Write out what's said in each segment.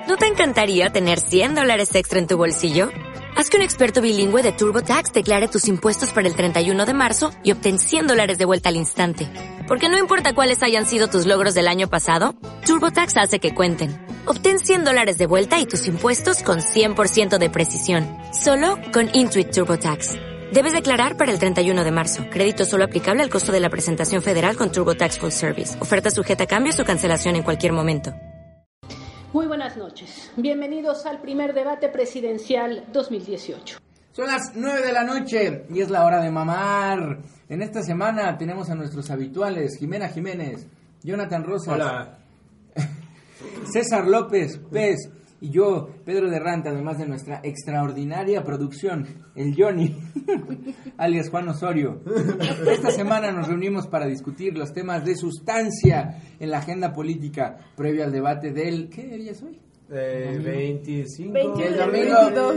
¿No te encantaría tener $100 extra en tu bolsillo? Haz que un experto bilingüe de TurboTax declare tus impuestos para el 31 de marzo y obtén $100 de vuelta al instante. Porque no importa cuáles hayan sido tus logros del año pasado, TurboTax hace que cuenten. Obtén $100 de vuelta y tus impuestos con 100% de precisión. Solo con Intuit TurboTax. Debes declarar para el 31 de marzo. Crédito solo aplicable al costo de la presentación federal con TurboTax Full Service. Oferta sujeta a cambios o cancelación en cualquier momento. Muy buenas noches. Bienvenidos al primer debate presidencial 2018. Son las 9 de la noche y es la hora de mamar. En esta semana tenemos a nuestros habituales: Jimena Jiménez, Jonathan Rosas, hola, César López Pez y yo, Pedro de Ranta, además de nuestra extraordinaria producción, el Johnny, alias Juan Osorio. Esta semana nos reunimos para discutir los temas de sustancia en la agenda política previo al debate del... ¿Qué día es hoy? 25. El domingo,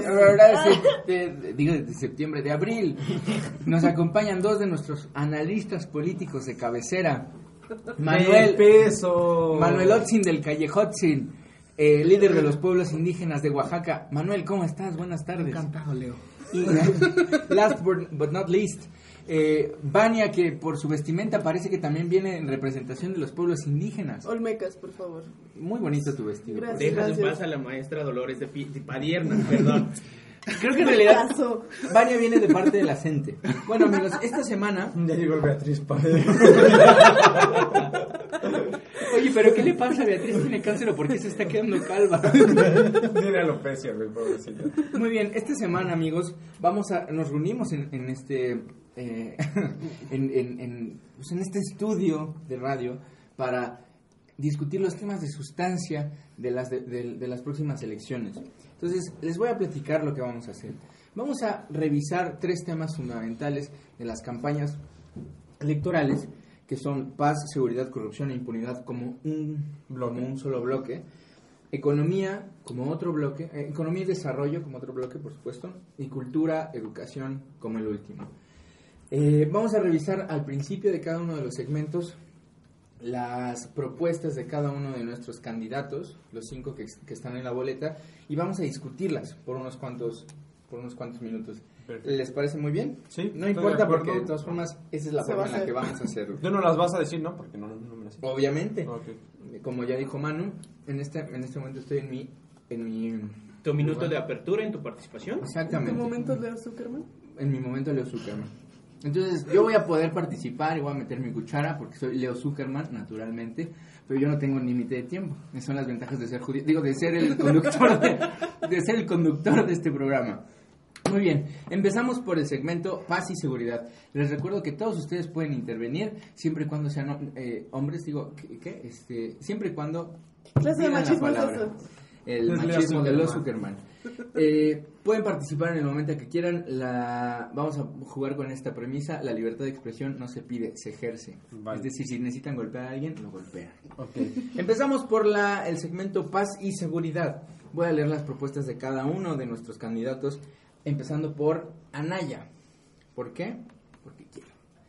de septiembre, de abril. Nos acompañan dos de nuestros analistas políticos de cabecera. Manuel Otzin del Callejotzin, líder de los pueblos indígenas de Oaxaca. Manuel, ¿cómo estás? Buenas tardes. Encantado, Leo. Y last but not least, Vania, que por su vestimenta parece que también viene en representación de los pueblos indígenas. Olmecas, por favor. Muy bonito tu vestido. Gracias. Déjale en paz a la maestra Dolores de Padierna, perdón. Creo que en realidad Vania viene de parte de la CENTE. Bueno, amigos, esta semana... Ya llegó Beatriz Paredes. Oye, ¿pero qué le pasa a Beatriz? ¿Tiene cáncer o por qué se está quedando calva? Tiene alopecia, güey, pobrecita. Muy bien, esta semana, amigos, nos reunimos en este... en este estudio de radio para discutir los temas de sustancia de las próximas elecciones. Entonces, les voy a platicar lo que vamos a hacer. Vamos a revisar 3 temas fundamentales de las campañas electorales, que son paz, seguridad, corrupción e impunidad como un solo bloque, economía como otro bloque, economía y desarrollo como otro bloque, por supuesto, y cultura, educación como el último. Vamos a revisar al principio de cada uno de los segmentos las propuestas de cada uno de nuestros candidatos, los 5 que están en la boleta, y vamos a discutirlas por unos cuantos minutos. Perfecto. ¿Les parece muy bien? Sí. No importa, porque de todas formas esa es la forma en la que vamos a hacerlo. Tú no las vas a decir, ¿no? Porque no me las sé. Obviamente. Okay. Como ya dijo Manu, en este momento estoy en mi ¿Tu minuto de apertura en tu participación? Exactamente. ¿En tu momento, Leo Zuckerman? En mi momento, Leo Zuckerman. Entonces, yo voy a poder participar y voy a meter mi cuchara porque soy Leo Zuckerman, naturalmente, pero yo no tengo límite de tiempo. Esas son las ventajas de ser judío, de ser el conductor de ser el conductor de este programa. Muy bien, empezamos por el segmento paz y seguridad. Les recuerdo que todos ustedes pueden intervenir siempre y cuando sean hombres, siempre y cuando clase de machismo es palabra. eso. El machismo de Leo Zuckerman. Pueden participar en el momento que quieran. Vamos a jugar con esta premisa: la libertad de expresión no se pide, se ejerce. Vale. Es decir, si necesitan golpear a alguien, lo golpean. Okay. Empezamos por el segmento paz y seguridad. Voy a leer las propuestas de cada uno de nuestros candidatos, empezando por Anaya. ¿Por qué? Porque quiero.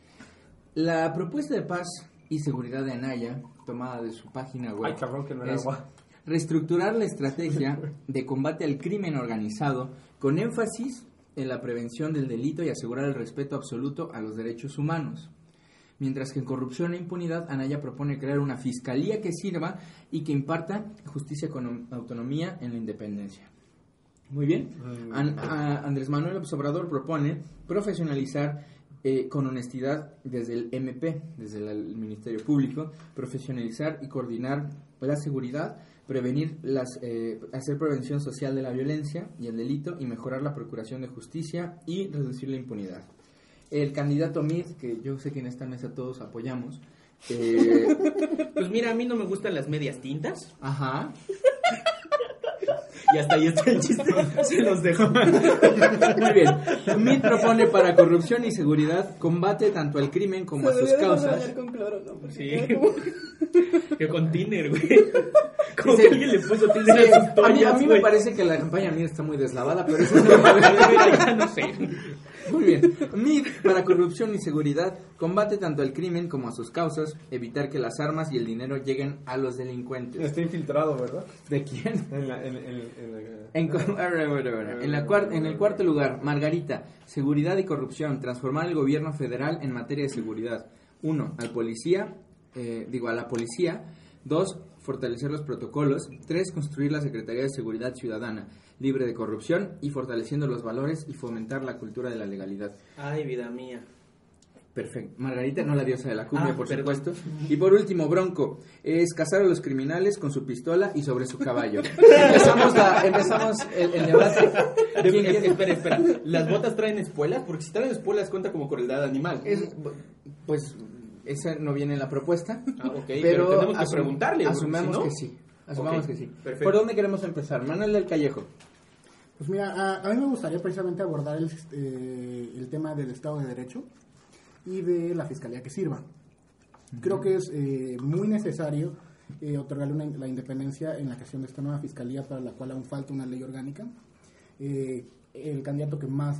La propuesta de paz y seguridad de Anaya, tomada de su página web, ay, cabrón, que no era agua. Reestructurar la estrategia de combate al crimen organizado con énfasis en la prevención del delito y asegurar el respeto absoluto a los derechos humanos. Mientras que en corrupción e impunidad, Anaya propone crear una fiscalía que sirva y que imparta justicia con autonomía en la independencia. Muy bien. Andrés Manuel López Obrador propone profesionalizar con honestidad desde el MP, desde el Ministerio Público, profesionalizar y coordinar la seguridad, prevenir hacer prevención social de la violencia y el delito y mejorar la procuración de justicia y reducir la impunidad. El candidato Mid, que yo sé que en esta mesa todos apoyamos, pues mira, a mí no me gustan las medias tintas. Ajá. Y hasta ahí está el chiste, se los dejo. Muy bien. Mid propone para corrupción y seguridad combate tanto al crimen como a sus causas. Con cloro, ¿no? Sí. Que con tiner, güey. Como que alguien le puso tiner a sus toallas, a mí me parece que la campaña Mid está muy deslavada, pero eso ya no sé. Muy bien. MID, para corrupción y seguridad, combate tanto al crimen como a sus causas, evitar que las armas y el dinero lleguen a los delincuentes. Está infiltrado, ¿verdad? ¿De quién? En En el cuarto lugar, Margarita, seguridad y corrupción, transformar el gobierno federal en materia de seguridad. 1. A la policía. 2. Fortalecer los protocolos. 3. Construir la Secretaría de Seguridad Ciudadana, libre de corrupción y fortaleciendo los valores y fomentar la cultura de la legalidad. Ay, vida mía. Perfecto. Margarita, no la diosa de la cumbia, por perdón. supuesto. Y por último, Bronco, es cazar a los criminales con su pistola y sobre su caballo. Empezamos el debate. Espera. ¿Las botas traen espuelas? Porque si traen espuelas cuenta como crueldad animal. Pues esa no viene en la propuesta. Ok, pero tenemos que preguntarle. Asumamos ¿no? que sí. Asumamos que sí. Perfecto. ¿Por dónde queremos empezar? Manuel del Callejo. Pues mira, a mí me gustaría precisamente abordar el tema del Estado de Derecho y de la Fiscalía que sirva. Creo que es muy necesario otorgarle la independencia en la creación de esta nueva Fiscalía, para la cual aún falta una ley orgánica. El candidato que más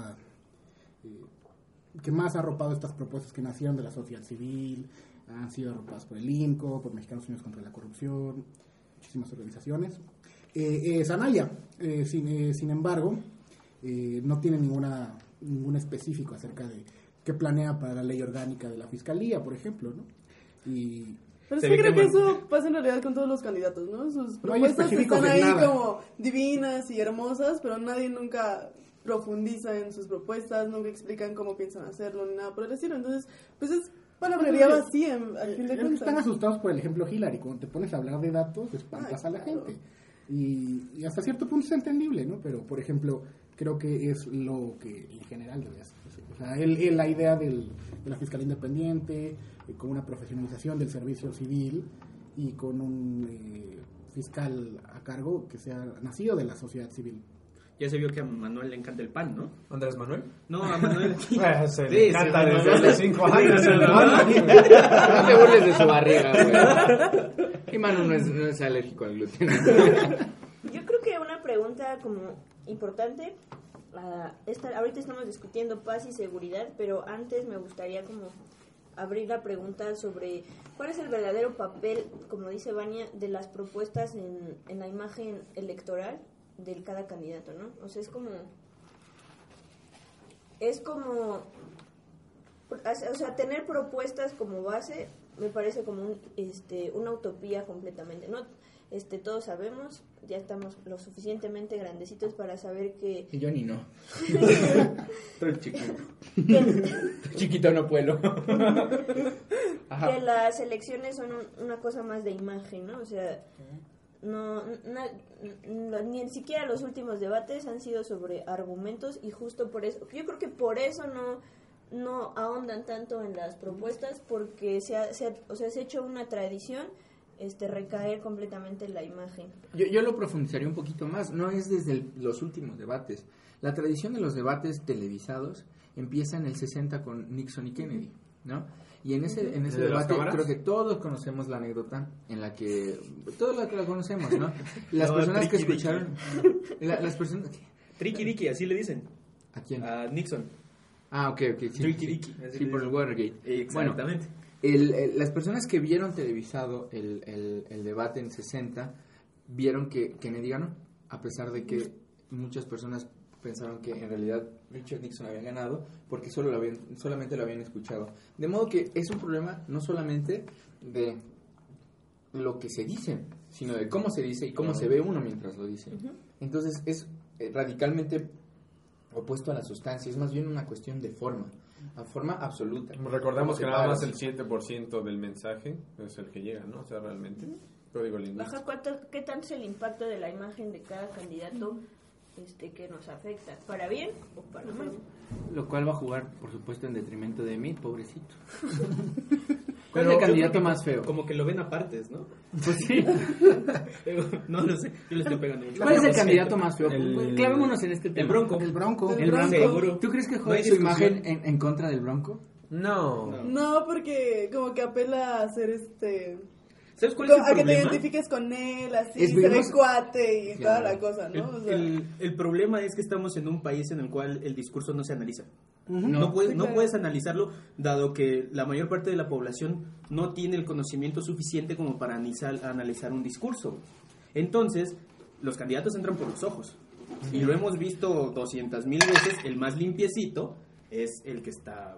ha arropado estas propuestas que nacieron de la sociedad civil, han sido arropadas por el INCO, por Mexicanos Unidos contra la Corrupción, muchísimas organizaciones. Es Anaya, sin embargo, no tiene ningún específico acerca de qué planea para la ley orgánica de la Fiscalía, por ejemplo, ¿no? Pero sí creo que eso pasa en realidad con todos los candidatos, ¿no? Sus No hay propuestas específicos están de ahí nada. como divinas y hermosas, pero nadie nunca profundiza en sus propuestas, nunca explican cómo piensan hacerlo ni nada por el estilo. Entonces, pues es palabrería vacía al fin de cuentas. Están asustados por el ejemplo Hillary. Cuando te pones a hablar de datos, espantas a la gente. Y hasta cierto punto es entendible, ¿no? Pero, por ejemplo, creo que es lo que en general debe hacer. O sea, la idea de la Fiscalía Independiente, con una profesionalización del servicio civil y con un fiscal a cargo que sea nacido de la sociedad civil. Ya se vio que a Manuel le encanta el pan, ¿no? ¿Andrés Manuel? No, a Manuel. Se le encanta desde hace 5 años. No te burles de su barriga, güey. Y Manu no es alérgico al gluten. Yo creo que una pregunta como importante, ahorita estamos discutiendo paz y seguridad, pero antes me gustaría como abrir la pregunta sobre cuál es el verdadero papel, como dice Vania, de las propuestas en la imagen electoral de cada candidato, ¿no? O sea, es como o sea, tener propuestas como base me parece como una utopía completamente, ¿no? Todos sabemos, ya estamos lo suficientemente grandecitos para saber que... Y yo ni no. Estoy chiquito. Chiquito no puedo. Que las elecciones son una cosa más de imagen, ¿no? O sea, ni siquiera los últimos debates han sido sobre argumentos, y justo por eso, yo creo que por eso no ahondan tanto en las propuestas, porque se ha hecho una tradición recaer completamente en la imagen. Yo lo profundizaría un poquito más. No es desde los últimos debates. La tradición de los debates televisados empieza en el 60 con Nixon y Kennedy, ¿no? Y en ese debate creo que todos conocemos la anécdota en la que todos la conocemos, ¿no? Las personas que escucharon, las personas. Tricky Dicky, así le dicen. ¿A quién? A Nixon. Ah, ok, sí. Tricky Dicky. Sí, por el Watergate. Exactamente. Bueno, las personas que vieron televisado el debate en 60 vieron que Kennedy ganó, a pesar de que muchas personas pensaron que en realidad Richard Nixon había ganado porque solamente lo habían escuchado. De modo que es un problema no solamente de lo que se dice, sino de cómo se dice y cómo se ve uno mientras lo dice. Entonces es radicalmente opuesto a la sustancia, es más bien una cuestión de forma. A forma absoluta. Recordemos que nada más el 7% del mensaje es el que llega, ¿no? O sea, realmente. Código lingüístico. ¿Qué tanto es el impacto de la imagen de cada candidato que nos afecta? ¿Para bien o para mal? Lo cual va a jugar, por supuesto, en detrimento de mí, pobrecito. ¿Cuál es el candidato más feo? Como que lo ven a partes, ¿no? Pues sí. No lo sé, yo le estoy pegando mucho. ¿Cuál es el candidato más feo? Clavémonos en este tema. El Bronco. El Bronco. Seguro. ¿Tú crees que No juega hay su discusión. imagen en contra del Bronco? No. No, porque como que apela a ser ¿Sabes cuál es el A que te problema? identifiques con él, así, Es ser vimos- el cuate y toda Claro. la cosa, ¿no? O sea, El problema es que estamos en un país en el cual el discurso no se analiza. Ujú. No Sí, claro. puedes analizarlo, dado que la mayor parte de la población no tiene el conocimiento suficiente como para analizar un discurso. Entonces, los candidatos entran por los ojos. Y lo hemos visto 200,000 veces. El más limpiecito es el que está...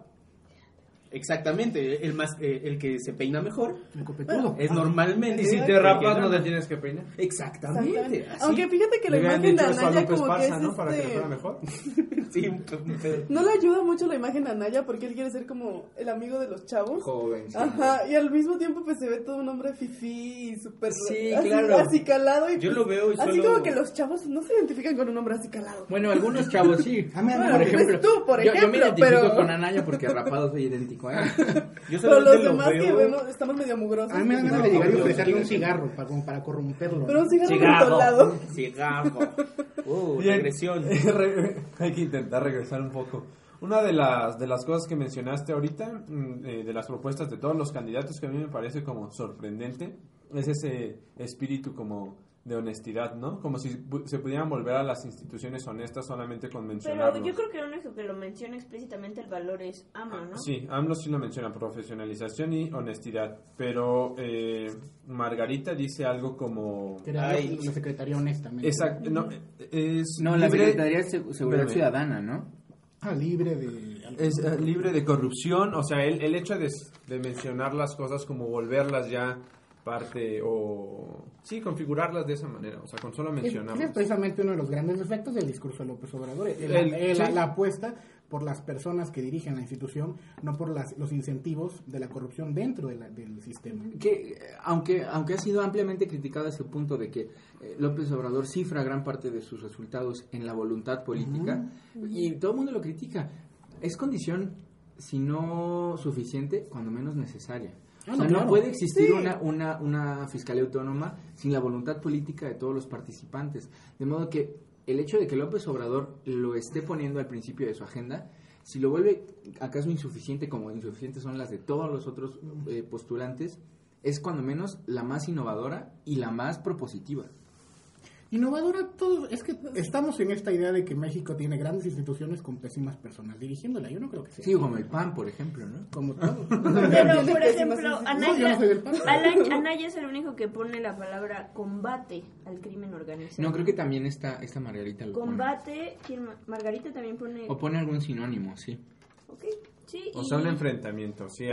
Exactamente, el que se peina mejor. El copetudo. Es normalmente... Y si el te que rapas, no gana. te tienes que peinar. Exactamente. exactamente. así. Aunque fíjate que la Le habían imagen de dicho eso a Anaya López como que Parza, es ¿no? Para que le fuera mejor. Sí, un pedo. No le ayuda mucho la imagen de Anaya porque él quiere ser como el amigo de los chavos. Joven. sí. Ajá, y al mismo tiempo pues se ve todo un hombre fifí y súper Sí, así, claro. acicalado. Y Yo pues, lo veo y así solo- como que los chavos no se identifican con un hombre acicalado. Bueno, algunos chavos sí. A mí, Bueno, por pues ejemplo, tú, por yo me ejemplo, identifico pero- con Anaya porque rapado soy idéntico a él. Yo Pero solamente los lo demás que veo... vemos estamos medio mugrosos. a mí me dan ganas de No, llegar y pero- ofrecerle un cigarro como para corromperlo. Pero un cigarro Cigarro. mentolado. Cigarro. Bien. Regresión. Hay que intentar regresar un poco. Una de las cosas que mencionaste ahorita, de las propuestas de todos los candidatos, que a mí me parece como sorprendente, es ese espíritu como de honestidad, ¿no? Como si se pudieran volver a las instituciones honestas solamente con mencionarlos. Pero yo creo que el único que lo menciona explícitamente el valor es AMLO, ¿no? Sí, AMLO sí lo menciona, profesionalización y honestidad, pero Margarita dice algo como... Era Ay. la secretaría honestamente. Exacto, no, es No, la libre- Secretaría de Seguridad Espérame. Ciudadana, ¿no? Ah, libre de... Es libre de corrupción, o sea, el hecho de mencionar las cosas como volverlas ya parte o... Sí, configurarlas de esa manera, o sea, con solo Ese mencionarlas. es precisamente uno de los grandes defectos del discurso de López Obrador. Sí. La apuesta por las personas que dirigen la institución, no por los incentivos de la corrupción dentro del sistema. Que aunque ha sido ampliamente criticado ese punto de que López Obrador cifra gran parte de sus resultados en la voluntad política, y todo el mundo lo critica, es condición, si no suficiente, cuando menos necesaria. Ah, O sea, no, claro. no puede existir Sí. una fiscalía autónoma sin la voluntad política de todos los participantes. De modo que el hecho de que López Obrador lo esté poniendo al principio de su agenda, si lo vuelve acaso insuficiente, como insuficientes son las de todos los otros postulantes, es cuando menos la más innovadora y la más propositiva. Innovadora, todo. Es que estamos en esta idea de que México tiene grandes instituciones con pésimas personas dirigiéndola. Yo no creo que sea. Sí, como el PAN, por ejemplo, ¿no? Como todo. Pero, por ejemplo, No, yo Anaya, no soy del PAN. Anaya es el único que pone la palabra combate al crimen organizado. No, creo que también esta Margarita lo pone. Combate, Margarita también pone... O pone algún sinónimo, sí. Ok, sí. O y- sea, un enfrentamiento, sí,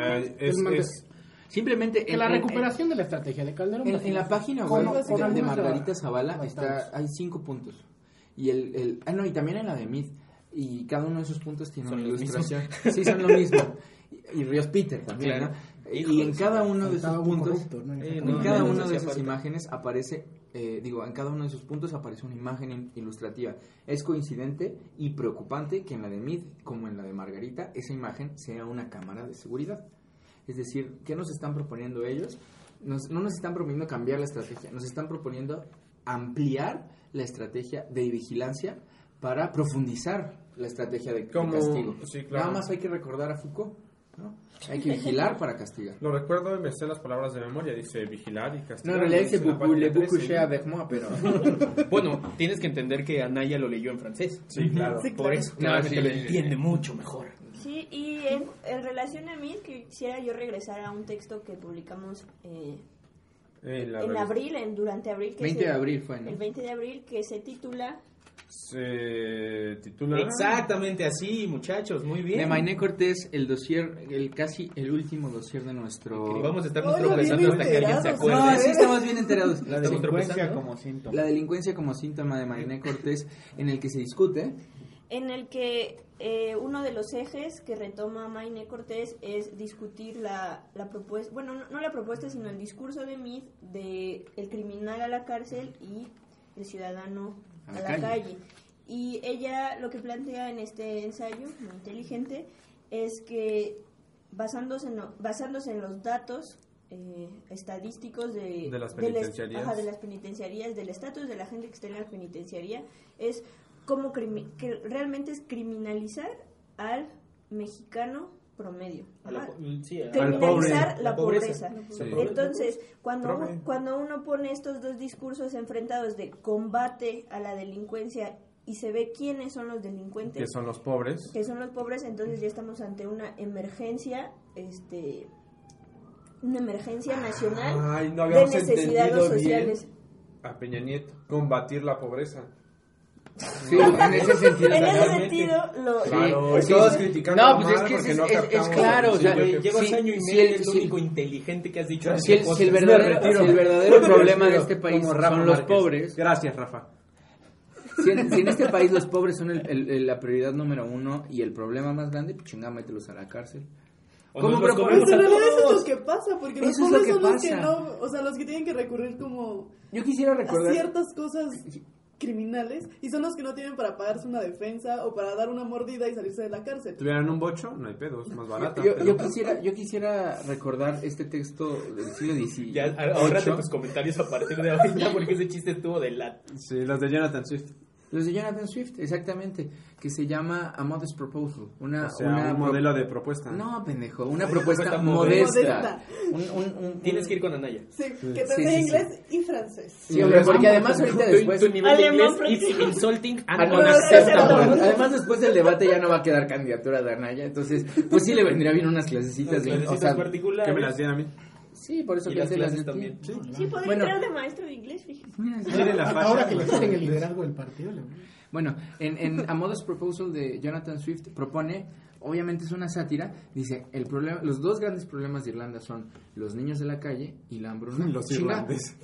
Simplemente Que la recuperación de la estrategia de Calderón. en la página Con- web con de algunos Margarita Zavala adaptados. hay 5 puntos. Y y también en la de Mid. Y cada uno de esos puntos tiene Son una los ilustración. Sí, son lo mismo. Y Ríos Peter también, Claro. ¿no? Hijo Y de en su cada madre. uno de esos Faltaba un puntos, corrupto, ¿no? en No, cada no, una no de hacía esas falta. imágenes aparece, en cada uno de esos puntos aparece una imagen ilustrativa. Es coincidente y preocupante que en la de Mid, como en la de Margarita, esa imagen sea una cámara de seguridad. Es decir, ¿qué nos están proponiendo ellos? No nos están proponiendo cambiar la estrategia, nos están proponiendo ampliar la estrategia de vigilancia para profundizar la estrategia de Como- castigo. sí, claro. Nada más hay que recordar a Foucault, ¿no? Hay que vigilar para castigar. Lo recuerdo y me sé las palabras de memoria, dice vigilar y No, castigar. en realidad dice en la página le 13, boucouché ¿no? avec moi, pero... Bueno, tienes que entender que Anaya lo leyó en francés. Sí, claro. Sí, Por claro. eso, claramente sí, lo sí, sí. entiende mucho mejor. Sí, y en relación a mí, quisiera yo regresar a un texto que publicamos En la en revista. abril, durante abril. Que 20 de abril fue, ¿no? El 20 de abril, que se titula... Se titula... Exactamente así, muchachos, muy bien. De Mainé Cortés, el dossier, el último dossier de nuestro... Y vamos a estarnos Oiga, tropezando bien hasta que alguien se enterados. acuerde. No, sí estamos bien enterados. La delincuencia como síntoma. La delincuencia como síntoma de Mainé Cortés, en el que se discute... en el que uno de los ejes que retoma Mainé Cortés es discutir la propuesta, bueno, no la propuesta, sino el discurso de Meade de el criminal a la cárcel y el ciudadano a la calle. Y ella lo que plantea en este ensayo, muy inteligente, es que basándose en los datos estadísticos de las penitenciarías. de las penitenciarías, del estatus de la gente que está en la penitenciaría, es como que realmente es criminalizar al mexicano promedio. A la Ajá. po- sí, a- Criminalizar pobre. la pobreza. Sí. Entonces, Profe. cuando uno pone estos dos discursos enfrentados de combate a la delincuencia y se ve quiénes son los delincuentes, Que son los pobres. que son los pobres, entonces ya estamos ante una emergencia nacional Ay, no de habíamos necesidades entendido sociales. bien a Peña Nieto. Combatir la pobreza. Sí, en ese sentido. En ese Realmente. sentido, Claro, Sí, todos sí. criticando No, pues mal es que porque es- no es captamos claro, el o sea, sencillo que- Llevas Sí, año y sí, medio y el- es lo sí. único inteligente que has dicho. Si el verdadero problema de este país Como Rafa son los Márquez. pobres, Gracias, Rafa. si en este país los pobres son la prioridad número uno y el problema más grande, pues chingada, mételos a la cárcel. O ¿Cómo nos los propones? Pues en comemos a realidad eso es todos. lo que pasa, porque los Eso es lo pobres que son los que pasa. no, o sea, los que tienen que recurrir como Yo quisiera a recordar... ciertas cosas criminales y son los que no tienen para pagarse una defensa o para dar una mordida y salirse de la cárcel. Tuvieran un bocho, no hay pedo, es más barata. Yo pero- quisiera recordar este texto del siglo XVIII. Ya, ahórrate tus comentarios a partir de ahorita porque ese chiste estuvo de la... Sí, los de Jonathan Swift. Los de Jonathan Swift, exactamente, que se llama A Modest Proposal. O sea, un modelo de propuesta. No, pendejo, una propuesta propuesta modesta. modesta. Tienes que ir con Anaya. Sí, que te Sí, enseñe sí, inglés y francés. Sí, hombre, porque además ahorita después... Tu nivel de Alemán, inglés is insulting and Ah, no, unacceptable. Además después del debate ya no va a quedar candidatura de Anaya, entonces pues sí le vendría bien unas clasecitas de... Necesitas O sea, particulares. Que me las dieran a mí. sí, por eso Y que las hace las clases de también. ti. Sí, podría Bueno. entrar de maestro de inglés, fíjate. Tiene la facha. Ahora que le quiten el liderazgo del partido. Bueno, en A Modest Proposal de Jonathan Swift propone, obviamente es una sátira, dice, el problema, los dos grandes problemas de Irlanda son los niños de la calle y la hambruna. Los Chinga, irlandeses.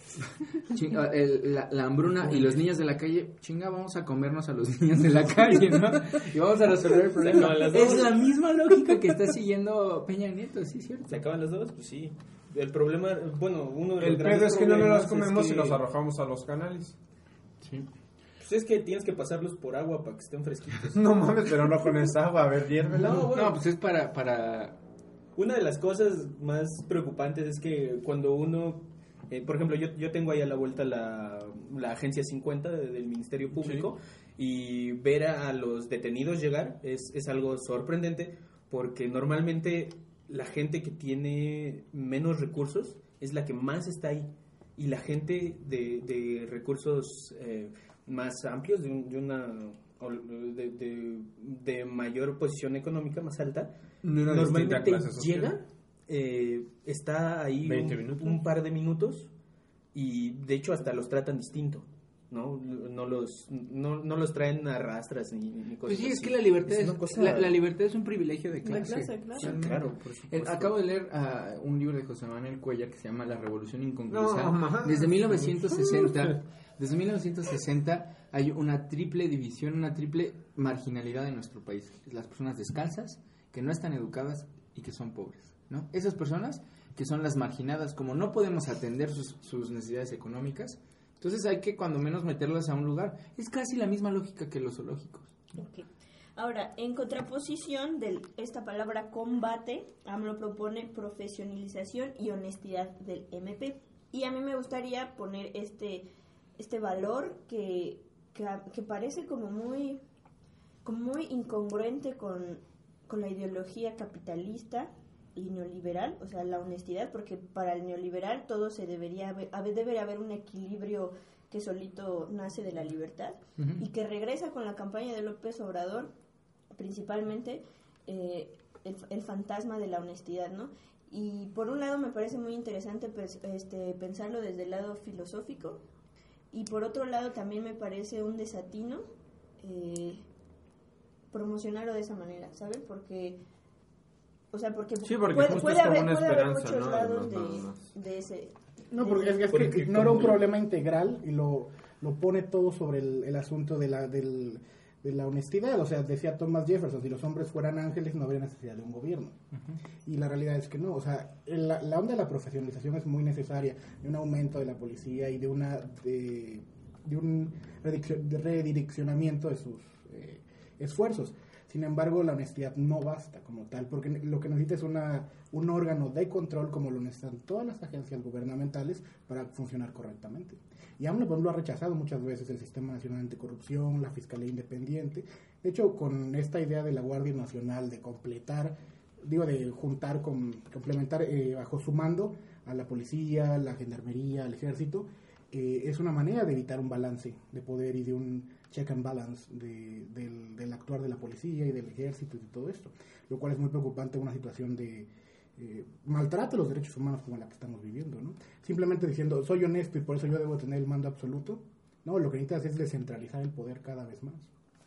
la hambruna y los niños de la calle, chinga, vamos a comernos a los niños de la calle, ¿no? Y vamos a resolver el problema. acaban las Es dos. la misma lógica que está siguiendo Peña Nieto, sí, cierto. ¿Se acaban las dos? Pues sí. El problema, bueno, uno de los El grandes pedo es que no nos problemas los comemos es y que- los arrojamos a los canales. Pues es que tienes que pasarlos por agua para que estén fresquitos. No mames, pero no con esa agua, a ver, hiérvela. No, bueno. No, pues es para... Una de las cosas más preocupantes es que cuando uno, por ejemplo, yo tengo ahí a la vuelta la agencia 50 del Ministerio Público y ver a los detenidos llegar es algo sorprendente porque normalmente la gente que tiene menos recursos es la que más está ahí y la gente de recursos más amplios, de mayor posición económica más alta, normalmente llega, está ahí 20 minutos. un par de minutos y de hecho hasta los tratan distinto, ¿no? No los traen a rastras ni cosas Pues sí, es así. que la libertad una cosa- la libertad es un privilegio de La clase. clase, claro. Sí, claro, por supuesto. Acabo de leer un libro de José Manuel Cuellar que se llama La Revolución Inconclusa. No, mames. Desde 1960 hay una triple división, una triple marginalidad en nuestro país. Las personas descalzas, que no están educadas y que son pobres, ¿no? Esas personas que son las marginadas, como no podemos atender sus necesidades económicas, entonces hay que cuando menos meterlas a un lugar. Es casi la misma lógica que los zoológicos. Ok. Ahora, en contraposición de esta palabra combate, AMLO propone profesionalización y honestidad del MP. Y a mí me gustaría poner este valor que parece como muy incongruente con la ideología capitalista y neoliberal, o sea, la honestidad, porque para el neoliberal todo se debería haber un equilibrio que solito nace de la libertad y que regresa con la campaña de López Obrador, principalmente el fantasma de la honestidad, ¿no? Y por un lado me parece muy interesante pensarlo desde el lado filosófico y por otro lado también me parece un desatino promocionarlo de esa manera, ¿sabes? Porque Sí, porque justo puede es como haber una esperanza, muchos ¿no? lados Nada más. de ese... No, porque es Porque que ignora un problema integral y lo pone todo sobre el asunto de la honestidad. O sea, decía Thomas Jefferson, si los hombres fueran ángeles no habría necesidad de un gobierno. Y la realidad es que no. O sea, la onda de la profesionalización es muy necesaria, de un aumento de la policía y de un redireccionamiento de sus esfuerzos. Sin embargo, la honestidad no basta como tal, porque lo que necesita es un órgano de control como lo necesitan todas las agencias gubernamentales para funcionar correctamente. Y AMLO, por ejemplo, ha rechazado muchas veces el Sistema Nacional Anticorrupción, la Fiscalía Independiente. De hecho, con esta idea de la Guardia Nacional de completar de juntar, complementar bajo su mando a la policía, la gendarmería, al ejército, es una manera de evitar un balance de poder y de un check and balance del actuar de la policía y del ejército y de todo esto, lo cual es muy preocupante en una situación de maltrato a los derechos humanos como la que estamos viviendo, ¿no? Simplemente diciendo, soy honesto y por eso yo debo tener el mando absoluto, no, lo que necesitas es descentralizar el poder cada vez más.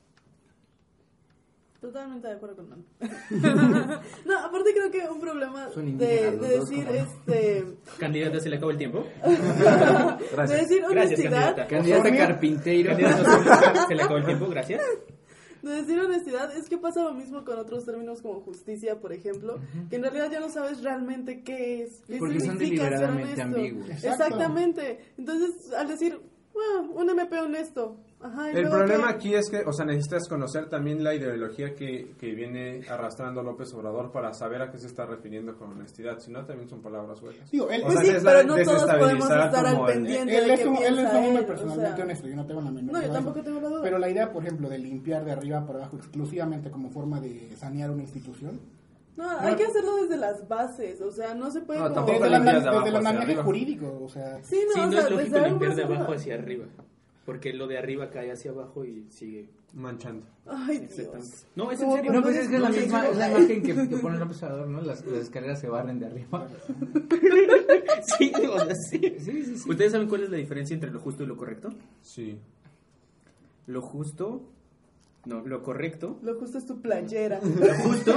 Totalmente de acuerdo con Manu. No, aparte creo que un problema de decir Candidata, ¿se le acabó el tiempo? De decir honestidad. Candidata carpintero. ¿Se le acabó el tiempo? Gracias. De decir honestidad, es que pasa lo mismo con otros términos como justicia, por ejemplo, que en realidad ya no sabes realmente qué es. ¿Qué porque son deliberadamente ambiguos. Exactamente. Entonces, al decir, un MP honesto. Ajá, el problema aquí es que, necesitas conocer también la ideología que viene arrastrando López Obrador para saber a qué se está refiriendo con honestidad. Si no, también son palabras huecas. Digo, pero no todos podemos estar al pendiente de qué piensa él es un hombre él, personalmente honesto, yo no tengo la menor duda. Yo tampoco tengo la duda. Pero la idea, por ejemplo, de limpiar de arriba para abajo exclusivamente como forma de sanear una institución. No, hay que hacerlo desde las bases, no se puede como... Desde el análisis jurídico, Sí, no es lógico desde limpiar de abajo hacia arriba. Porque lo de arriba cae hacia abajo y sigue manchando. Ay, Dios. No, es en serio. No, pues es que es la imagen que pone López Obrador, ¿no? Las escaleras se barren de arriba. Sí. ¿Ustedes saben cuál es la diferencia entre lo justo y lo correcto? Sí. Lo justo... No, lo correcto. Lo justo es tu playera. Lo justo...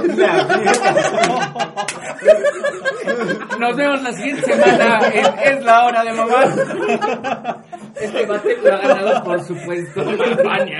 Nos vemos la siguiente semana en Es la Hora de Mamá. Este debate lo ha ganado, por supuesto, Albania.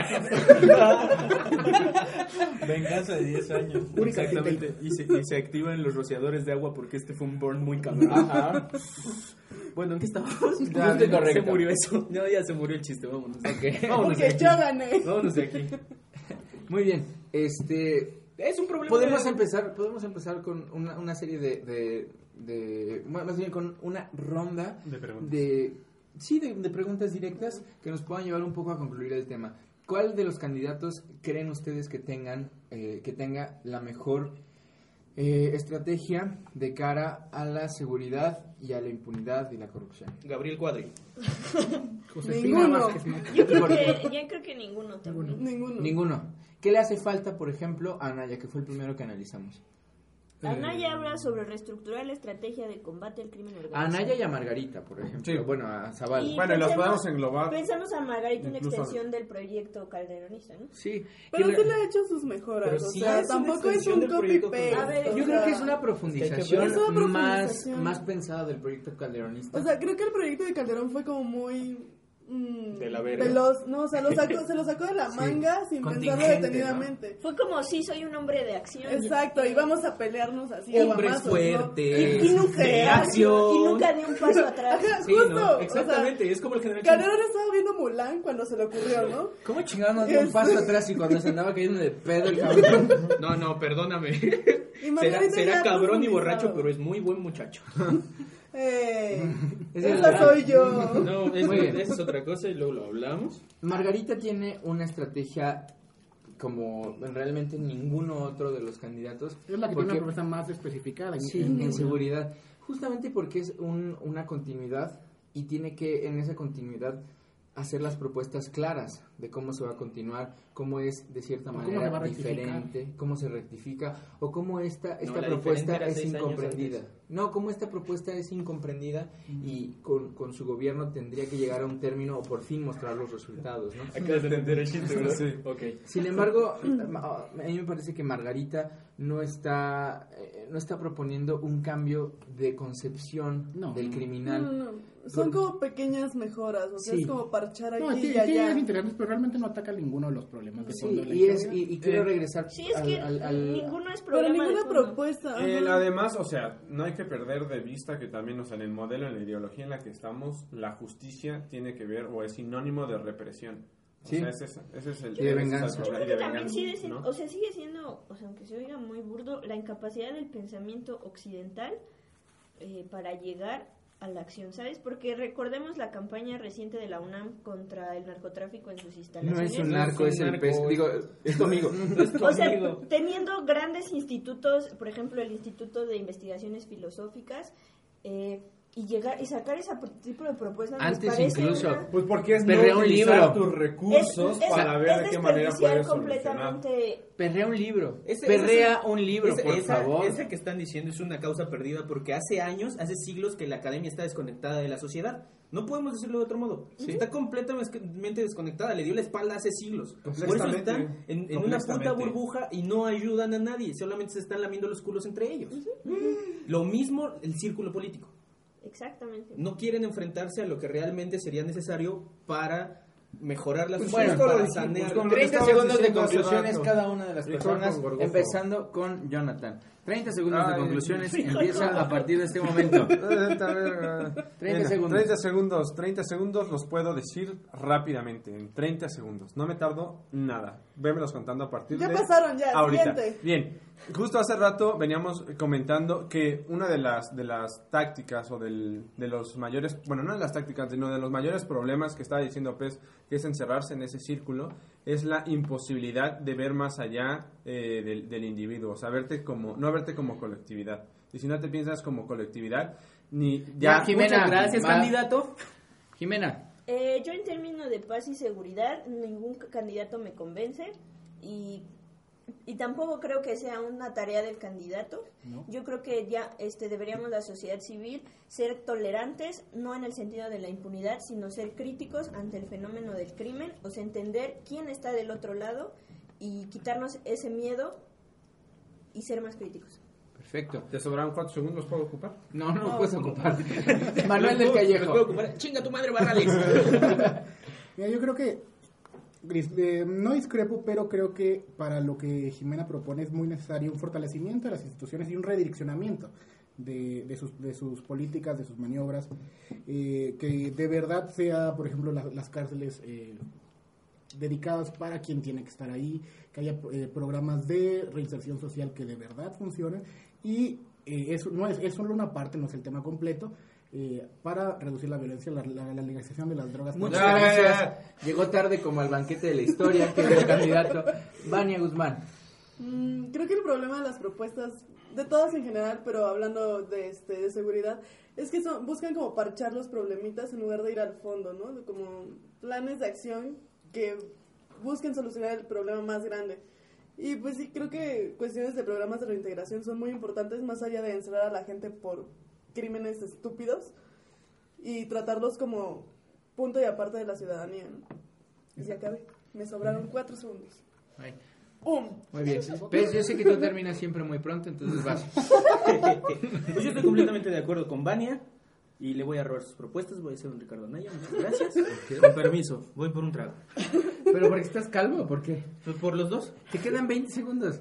Venganza de 10 años. Exactamente. Y se activan los rociadores de agua porque este fue un burn muy cabrón. Ajá. Bueno, ¿en qué estábamos? Se murió eso. No, ya se murió el chiste. Vámonos. Okay. Vámonos de aquí. Yo gané. Vámonos de aquí. Muy bien. Es un problema. Podemos empezar con una serie más bien con una ronda de preguntas. De preguntas directas que nos puedan llevar un poco a concluir el tema. ¿Cuál de los candidatos creen ustedes que tenga la mejor estrategia de cara a la seguridad y a la impunidad y la corrupción? Gabriel Cuadri. Ninguno. Yo creo que ninguno también. Ninguno. ¿Qué le hace falta, por ejemplo, a Anaya, que fue el primero que analizamos? Anaya habla sobre reestructurar la estrategia de combate al crimen organizado. A Anaya y a Margarita, por ejemplo. Sí. Bueno, a Zavala. Bueno, y las podemos englobar. Pensamos a Margarita una extensión del proyecto calderonista, ¿no? Sí. Pero sí le ha hecho sus mejoras. Tampoco es un copy-paste. A ver, yo creo que es una profundización, más más pensada del proyecto calderonista. Creo que el proyecto de Calderón fue como muy... de la verga. veloz, no, se lo sacó de la manga sin pensarlo detenidamente, ¿no? Fue como, soy un hombre de acción. Exacto, y vamos a pelearnos así. Hombres fuertes, y nunca, de acción. Y nunca ni un paso atrás. Sí, justo, ¿no? Exactamente, es como el general. Calderón estaba viendo Mulan cuando se le ocurrió, ¿no? ¿Cómo chingados no dio un paso atrás y cuando se andaba cayendo de pedo el cabrón? No, perdóname. Y Será cabrón y borracho, pero es muy buen muchacho. Esa soy yo. No, esa es otra cosa y luego lo hablamos. Margarita tiene una estrategia como realmente ninguno otro de los candidatos. Es la que tiene una propuesta más especificada en seguridad. Justamente porque es una continuidad y tiene que en esa continuidad hacer las propuestas claras de cómo se va a continuar, cómo es de cierta manera diferente, cómo se rectifica o cómo esta propuesta es incomprendida. No, cómo esta propuesta es incomprendida y con su gobierno tendría que llegar a un término o por fin mostrar los resultados, ¿no? Acabas de entender el chiste, ¿verdad? Sí. Okay. Sin embargo, a mí me parece que Margarita no está proponiendo un cambio de concepción del criminal. No. Son como pequeñas mejoras, es como parchar aquí y allá. Tiene interesantes, pero realmente no ataca ninguno de los problemas de fondo. Y quiero regresar ninguno es problema. Pero ninguna propuesta. Además, no hay que perder de vista que también, en el modelo, en la ideología en la que estamos, la justicia tiene que ver o es sinónimo de represión. Sí. Ese es el de venganza. Yo creo que también sigue siendo, sigue siendo, aunque se oiga muy burdo, la incapacidad del pensamiento occidental para llegar a la acción, ¿sabes? Porque recordemos la campaña reciente de la UNAM contra el narcotráfico en sus No instalaciones. es un narco, es el pez. Digo, es tu amigo. O sea, teniendo grandes institutos, por ejemplo, el Instituto de Investigaciones Filosóficas, y llegar y sacar ese tipo de propuestas Antes incluso, Pues porque es Perrea no un utilizar libro. tus recursos para ver de qué manera puedes solucionar. completamente. Perrea un libro. Ese- Perrea ese- un libro, por favor. Ese que están diciendo es una causa perdida porque hace años, hace siglos que la academia está desconectada de la sociedad. No podemos decirlo de otro modo. Está completamente desconectada, le dio la espalda hace siglos. Por eso están en una puta burbuja y no ayudan a nadie, solamente se están lamiendo los culos entre ellos. Lo mismo el círculo político. Exactamente. No quieren enfrentarse a lo que realmente sería necesario para mejorar la Bueno, sociedad, para sanear. con lo que 30 estabas segundos de diciendo hace conclusiones rato. cada una de las Frijol personas, con gorgojo. empezando con Jonathan. 30 segundos de Ay, conclusiones, frijol empieza a partir de este momento. 30 segundos. 30 segundos los puedo decir rápidamente, en 30 segundos. No me tardo nada. Vémelos contando a partir Ya de pasaron, ya, ahorita. siguiente. Bien, justo hace rato veníamos comentando que una de las tácticas o de los mayores, bueno, no de las tácticas, sino de los mayores problemas que estaba diciendo Pez, que es encerrarse en ese círculo, es la imposibilidad de ver más allá del individuo, o sea, no verte como colectividad. Y si no te piensas como colectividad, ni Ya, Jimena, Muchas gracias, va. candidato. Jimena, Yo en términos de paz y seguridad, ningún candidato me convence y tampoco creo que sea una tarea del candidato. ¿no? Yo creo que ya deberíamos la sociedad civil ser tolerantes, no en el sentido de la impunidad, sino ser críticos ante el fenómeno del crimen, o sea, entender quién está del otro lado y quitarnos ese miedo y ser más críticos. Perfecto. ¿Te sobraron 4 segundos? ¿Puedo ocupar? No puedes ocupar. Manuel del Callejo. Chinga tu madre, Barrales. Mira, yo creo que no discrepo, pero creo que para lo que Jimena propone es muy necesario un fortalecimiento de las instituciones y un redireccionamiento de sus políticas, de sus maniobras, que de verdad sea, por ejemplo, las cárceles dedicadas para quien tiene que estar ahí, que haya programas de reinserción social que de verdad funcionen, y eso no es solo una parte, no es el tema completo, para reducir la violencia, la legalización de las drogas. Muchas gracias. Llegó tarde como al banquete de la historia, querido candidato. Vania Guzmán. Creo que el problema de las propuestas, de todas en general, pero hablando de seguridad, es que buscan como parchar los problemitas en lugar de ir al fondo, ¿no? Como planes de acción que busquen solucionar el problema más grande. Y pues sí, creo que cuestiones de programas de reintegración son muy importantes, más allá de encerrar a la gente por crímenes estúpidos y tratarlos como punto y aparte de la ciudadanía, ¿no? Y se acabe. Me sobraron 4 segundos. Ay. ¡Pum! Muy bien. Pez, yo sé que tú terminas siempre muy pronto, entonces vas. Pues yo estoy completamente de acuerdo con Vania y le voy a robar sus propuestas. Voy a ser un Ricardo Anaya, muchas gracias. Con permiso, voy por un trago. ¿Pero porque estás calvo? ¿Por qué? Pues por los dos. Te quedan 20 segundos.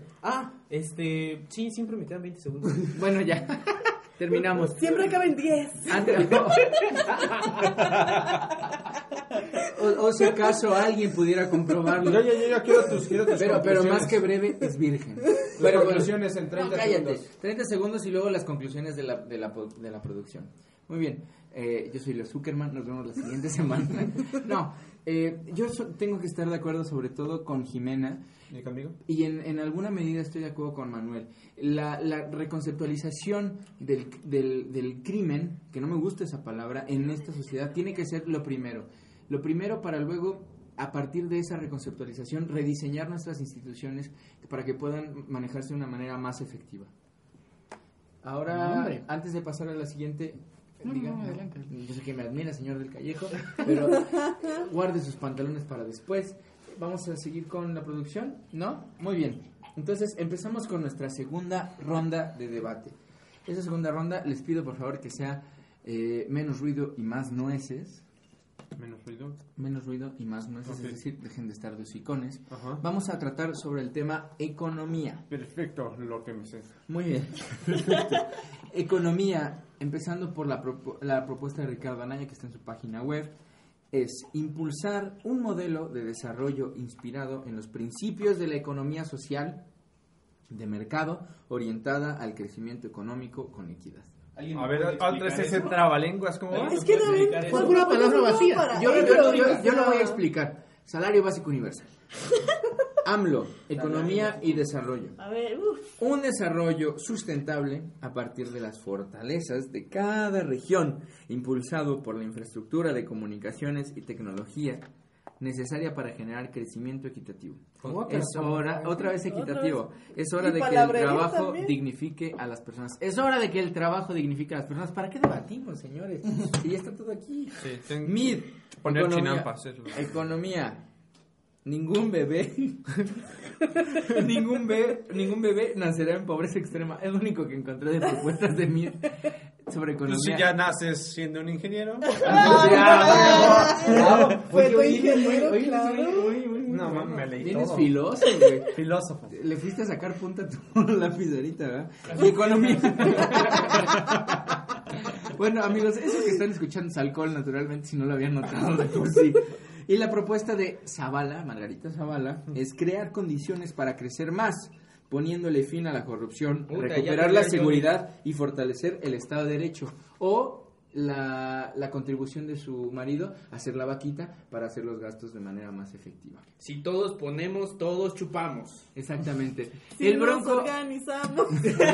Sí, siempre me quedan 20 segundos. Bueno, ya. Terminamos. Siempre caben 10. Antes, no. o si acaso alguien pudiera comprobarlo. Yo quiero tus Pero conclusiones. más que breve, es virgen. Pero conclusiones en 30 no, cállate. segundos. 30 segundos y luego las conclusiones de la producción. Muy bien. Yo soy Leo Zuckerman. Nos vemos la siguiente semana. No, yo tengo que estar de acuerdo sobre todo con Jimena. ¿Y conmigo? Y en alguna medida estoy de acuerdo con Manuel. La reconceptualización del crimen, que no me gusta esa palabra, en esta sociedad tiene que ser lo primero. Lo primero para luego, a partir de esa reconceptualización, rediseñar nuestras instituciones para que puedan manejarse de una manera más efectiva. Ahora, antes de pasar a la siguiente... adelante. Yo sé que me admira, señor del Callejo, pero guarde sus pantalones para después. Vamos a seguir con la producción, ¿no? Muy bien. Entonces, empezamos con nuestra segunda ronda de debate. Esa segunda ronda, les pido por favor que sea menos ruido y más nueces. Menos ruido. Menos ruido y más nueces, Okay. es decir, dejen de estar de hocicones. Ajá. Vamos a tratar sobre el tema economía. Perfecto, lo que me sé. Muy bien. Perfecto. Economía, empezando por la propuesta de Ricardo Anaya, que está en su página web, es impulsar un modelo de desarrollo inspirado en los principios de la economía social de mercado orientada al crecimiento económico con equidad. A ver, otra es ese trabalenguas, ¿cómo va? Es que David, Fue una palabra vacía. Yo lo voy a explicar. Salario básico universal. AMLO, economía y desarrollo. A ver, Un desarrollo sustentable a partir de las fortalezas de cada región, impulsado por la infraestructura de comunicaciones y tecnología necesaria para generar crecimiento equitativo. Otra vez equitativo. Es hora Y de que el palabrería trabajo también. dignifique a las personas. Es hora de que el trabajo dignifique a las personas. ¿Para qué debatimos, señores? Si ya está todo aquí. Sí, MID, poner economía, chinampas, es lo- economía. Ningún bebé ningún bebé nacerá en pobreza extrema. Es lo único que encontré de propuestas de MID sobre Pues economía. si ya naces siendo un ingeniero. Fue tu Oye, ingeniero, oye, claro. No, mames, me leí Tienes todo. filósofo, güey. Filósofo. Le fuiste a sacar punta a tu lápiz ahorita, ¿verdad? Y economía. Bueno, amigos, eso que están escuchando es alcohol, naturalmente, si no lo habían notado de por sí. Y la propuesta de Zavala, Margarita Zavala, es crear condiciones para crecer más, poniéndole fin a la corrupción, Puta, recuperar ya la yo- seguridad y fortalecer el Estado de Derecho. O la contribución de su marido, hacer la vaquita para hacer los gastos de manera más efectiva. Si todos ponemos, todos chupamos. Exactamente. Si El nos Bronco, organizamos.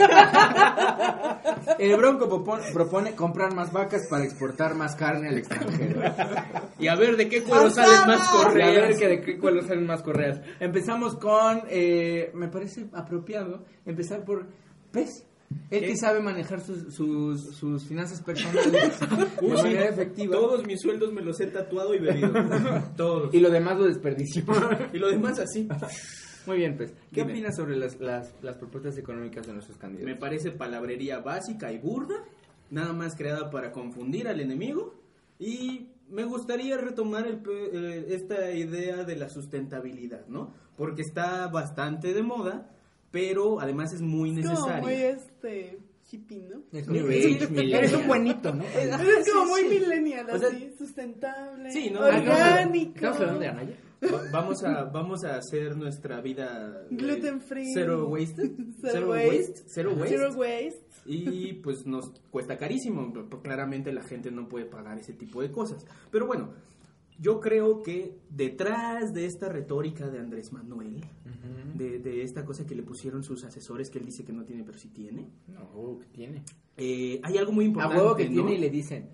el Bronco propone comprar más vacas para exportar más carne al extranjero. Y a ver de qué cuero salen más Y a ver correas. que de qué cuáles salen más correas. Empezamos con, me parece apropiado, empezar por PES. Él que sabe manejar sus finanzas personales de manera efectiva. Todos mis sueldos me los he tatuado y bebido. Todos. Y lo demás lo desperdició. Y lo demás así. Muy bien, pues. ¿Qué Dime. opinas sobre las propuestas económicas de nuestros Me candidatos? parece palabrería básica y burda, nada más creada para confundir al enemigo. Y me gustaría retomar esta idea de la sustentabilidad, ¿no? Porque está bastante de moda, pero además es muy Como necesaria. muy hippie, ¿no? Es New Age, millennial. Eres un buenito, ¿no? Es como muy millennial, O sea, así, sustentable, sí, ¿no? orgánico, ¿Estamos hablando de Anaya? Vamos a hacer nuestra vida gluten free, zero waste, Zero waste. zero waste. zero waste. Y pues nos cuesta carísimo, claramente la gente no puede pagar ese tipo de cosas. Pero bueno, yo creo que detrás de esta retórica de Andrés Manuel, de esta cosa que le pusieron sus asesores, que él dice que no tiene, pero sí tiene, No, que tiene. hay algo muy A importante, huevo que ¿no? tiene y le dicen,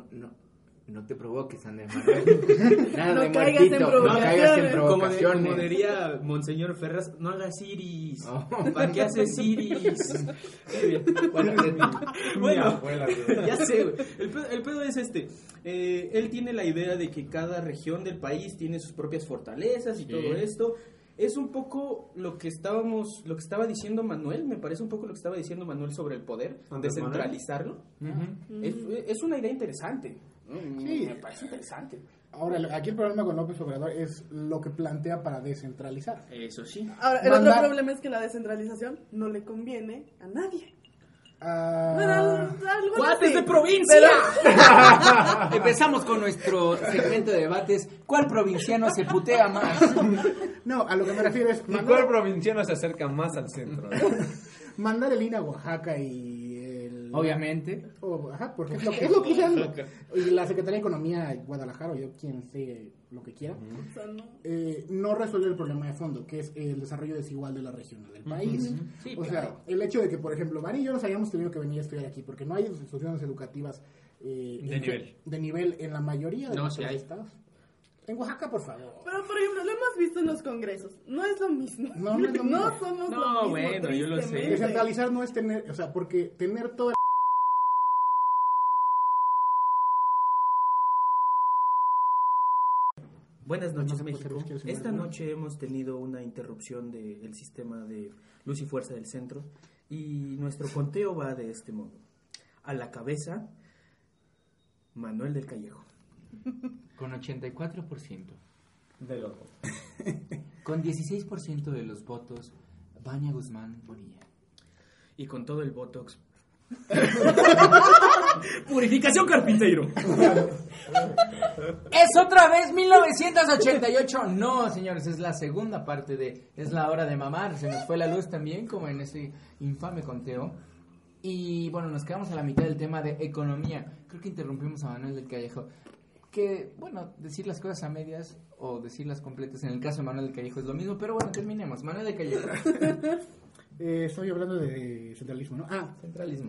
no te provoques, Andrés Manuel. Nada No de caigas muertito, en no caigas en provocaciones. provocaciones. Como diría Monseñor Ferraz, no hagas iris. Oh. ¿Para qué haces iris? Qué bien. Mi Bueno, abuela, güey. ya sé, güey. El pedo es este. Él tiene la idea de que cada región del país tiene sus propias fortalezas y todo esto. Es un poco lo que estaba diciendo Manuel, me parece un poco lo que estaba diciendo Manuel sobre el poder, ¿Andrés descentralizarlo. Es una idea interesante. ¿no? Sí. Me parece interesante. Ahora, aquí el problema con López Obrador es lo que plantea para descentralizar. Eso sí. Ahora, el Mandar- otro problema es que la descentralización no le conviene a nadie. Ah, Bueno, algo ¡Cuates así. de provincia! Empezamos con nuestro segmento de debates. ¿Cuál provinciano se putea más? no, a lo que me refiero es ¿Y cuál provinciano se acerca más al centro? mandar el INA a Oaxaca y el... Obviamente. Ajá, porque es lo que usan. Y la Secretaría de Economía de Guadalajara, o yo quien sé lo que quiera, O sea, no. no resuelve el problema de fondo, que es el desarrollo desigual de la región del país. Sí, o claro. sea, el hecho de que, por ejemplo, Mari y yo nos hayamos tenido que venir a estudiar aquí, porque no hay instituciones educativas de nivel en la mayoría de No, nuestros sí hay. estados. En Oaxaca, por favor. Pero, por ejemplo, lo hemos visto en los congresos. No es lo mismo. No, no es lo mismo. No somos No, lo mismo, bueno, yo lo sé. tristemente. Descentralizar no es tener, o sea, porque tener todo el... Buenas noches, No, México. pues, ¿quieres Esta hablar? noche hemos tenido una interrupción del sistema de luz y fuerza del centro y nuestro conteo va de este modo. A la cabeza, Manuel del Callejo. Con 84%. De loco. Con 16% de los votos, Vania Guzmán Bonilla. Y con todo el Botox. Purificación Carpinteiro. ¿Es otra vez 1988? No, señores, es la segunda parte de Es la hora de mamar. Se nos fue la luz también, como en ese infame conteo. Y bueno, nos quedamos a la mitad del tema de economía. Creo que interrumpimos a Manuel del Callejo. Que, bueno, decir las cosas a medias o decirlas completas, en el caso de Manuel del Callejo es lo mismo, pero bueno, terminemos. Manuel del Callejo. Estoy hablando de centralismo, ¿no? Centralismo.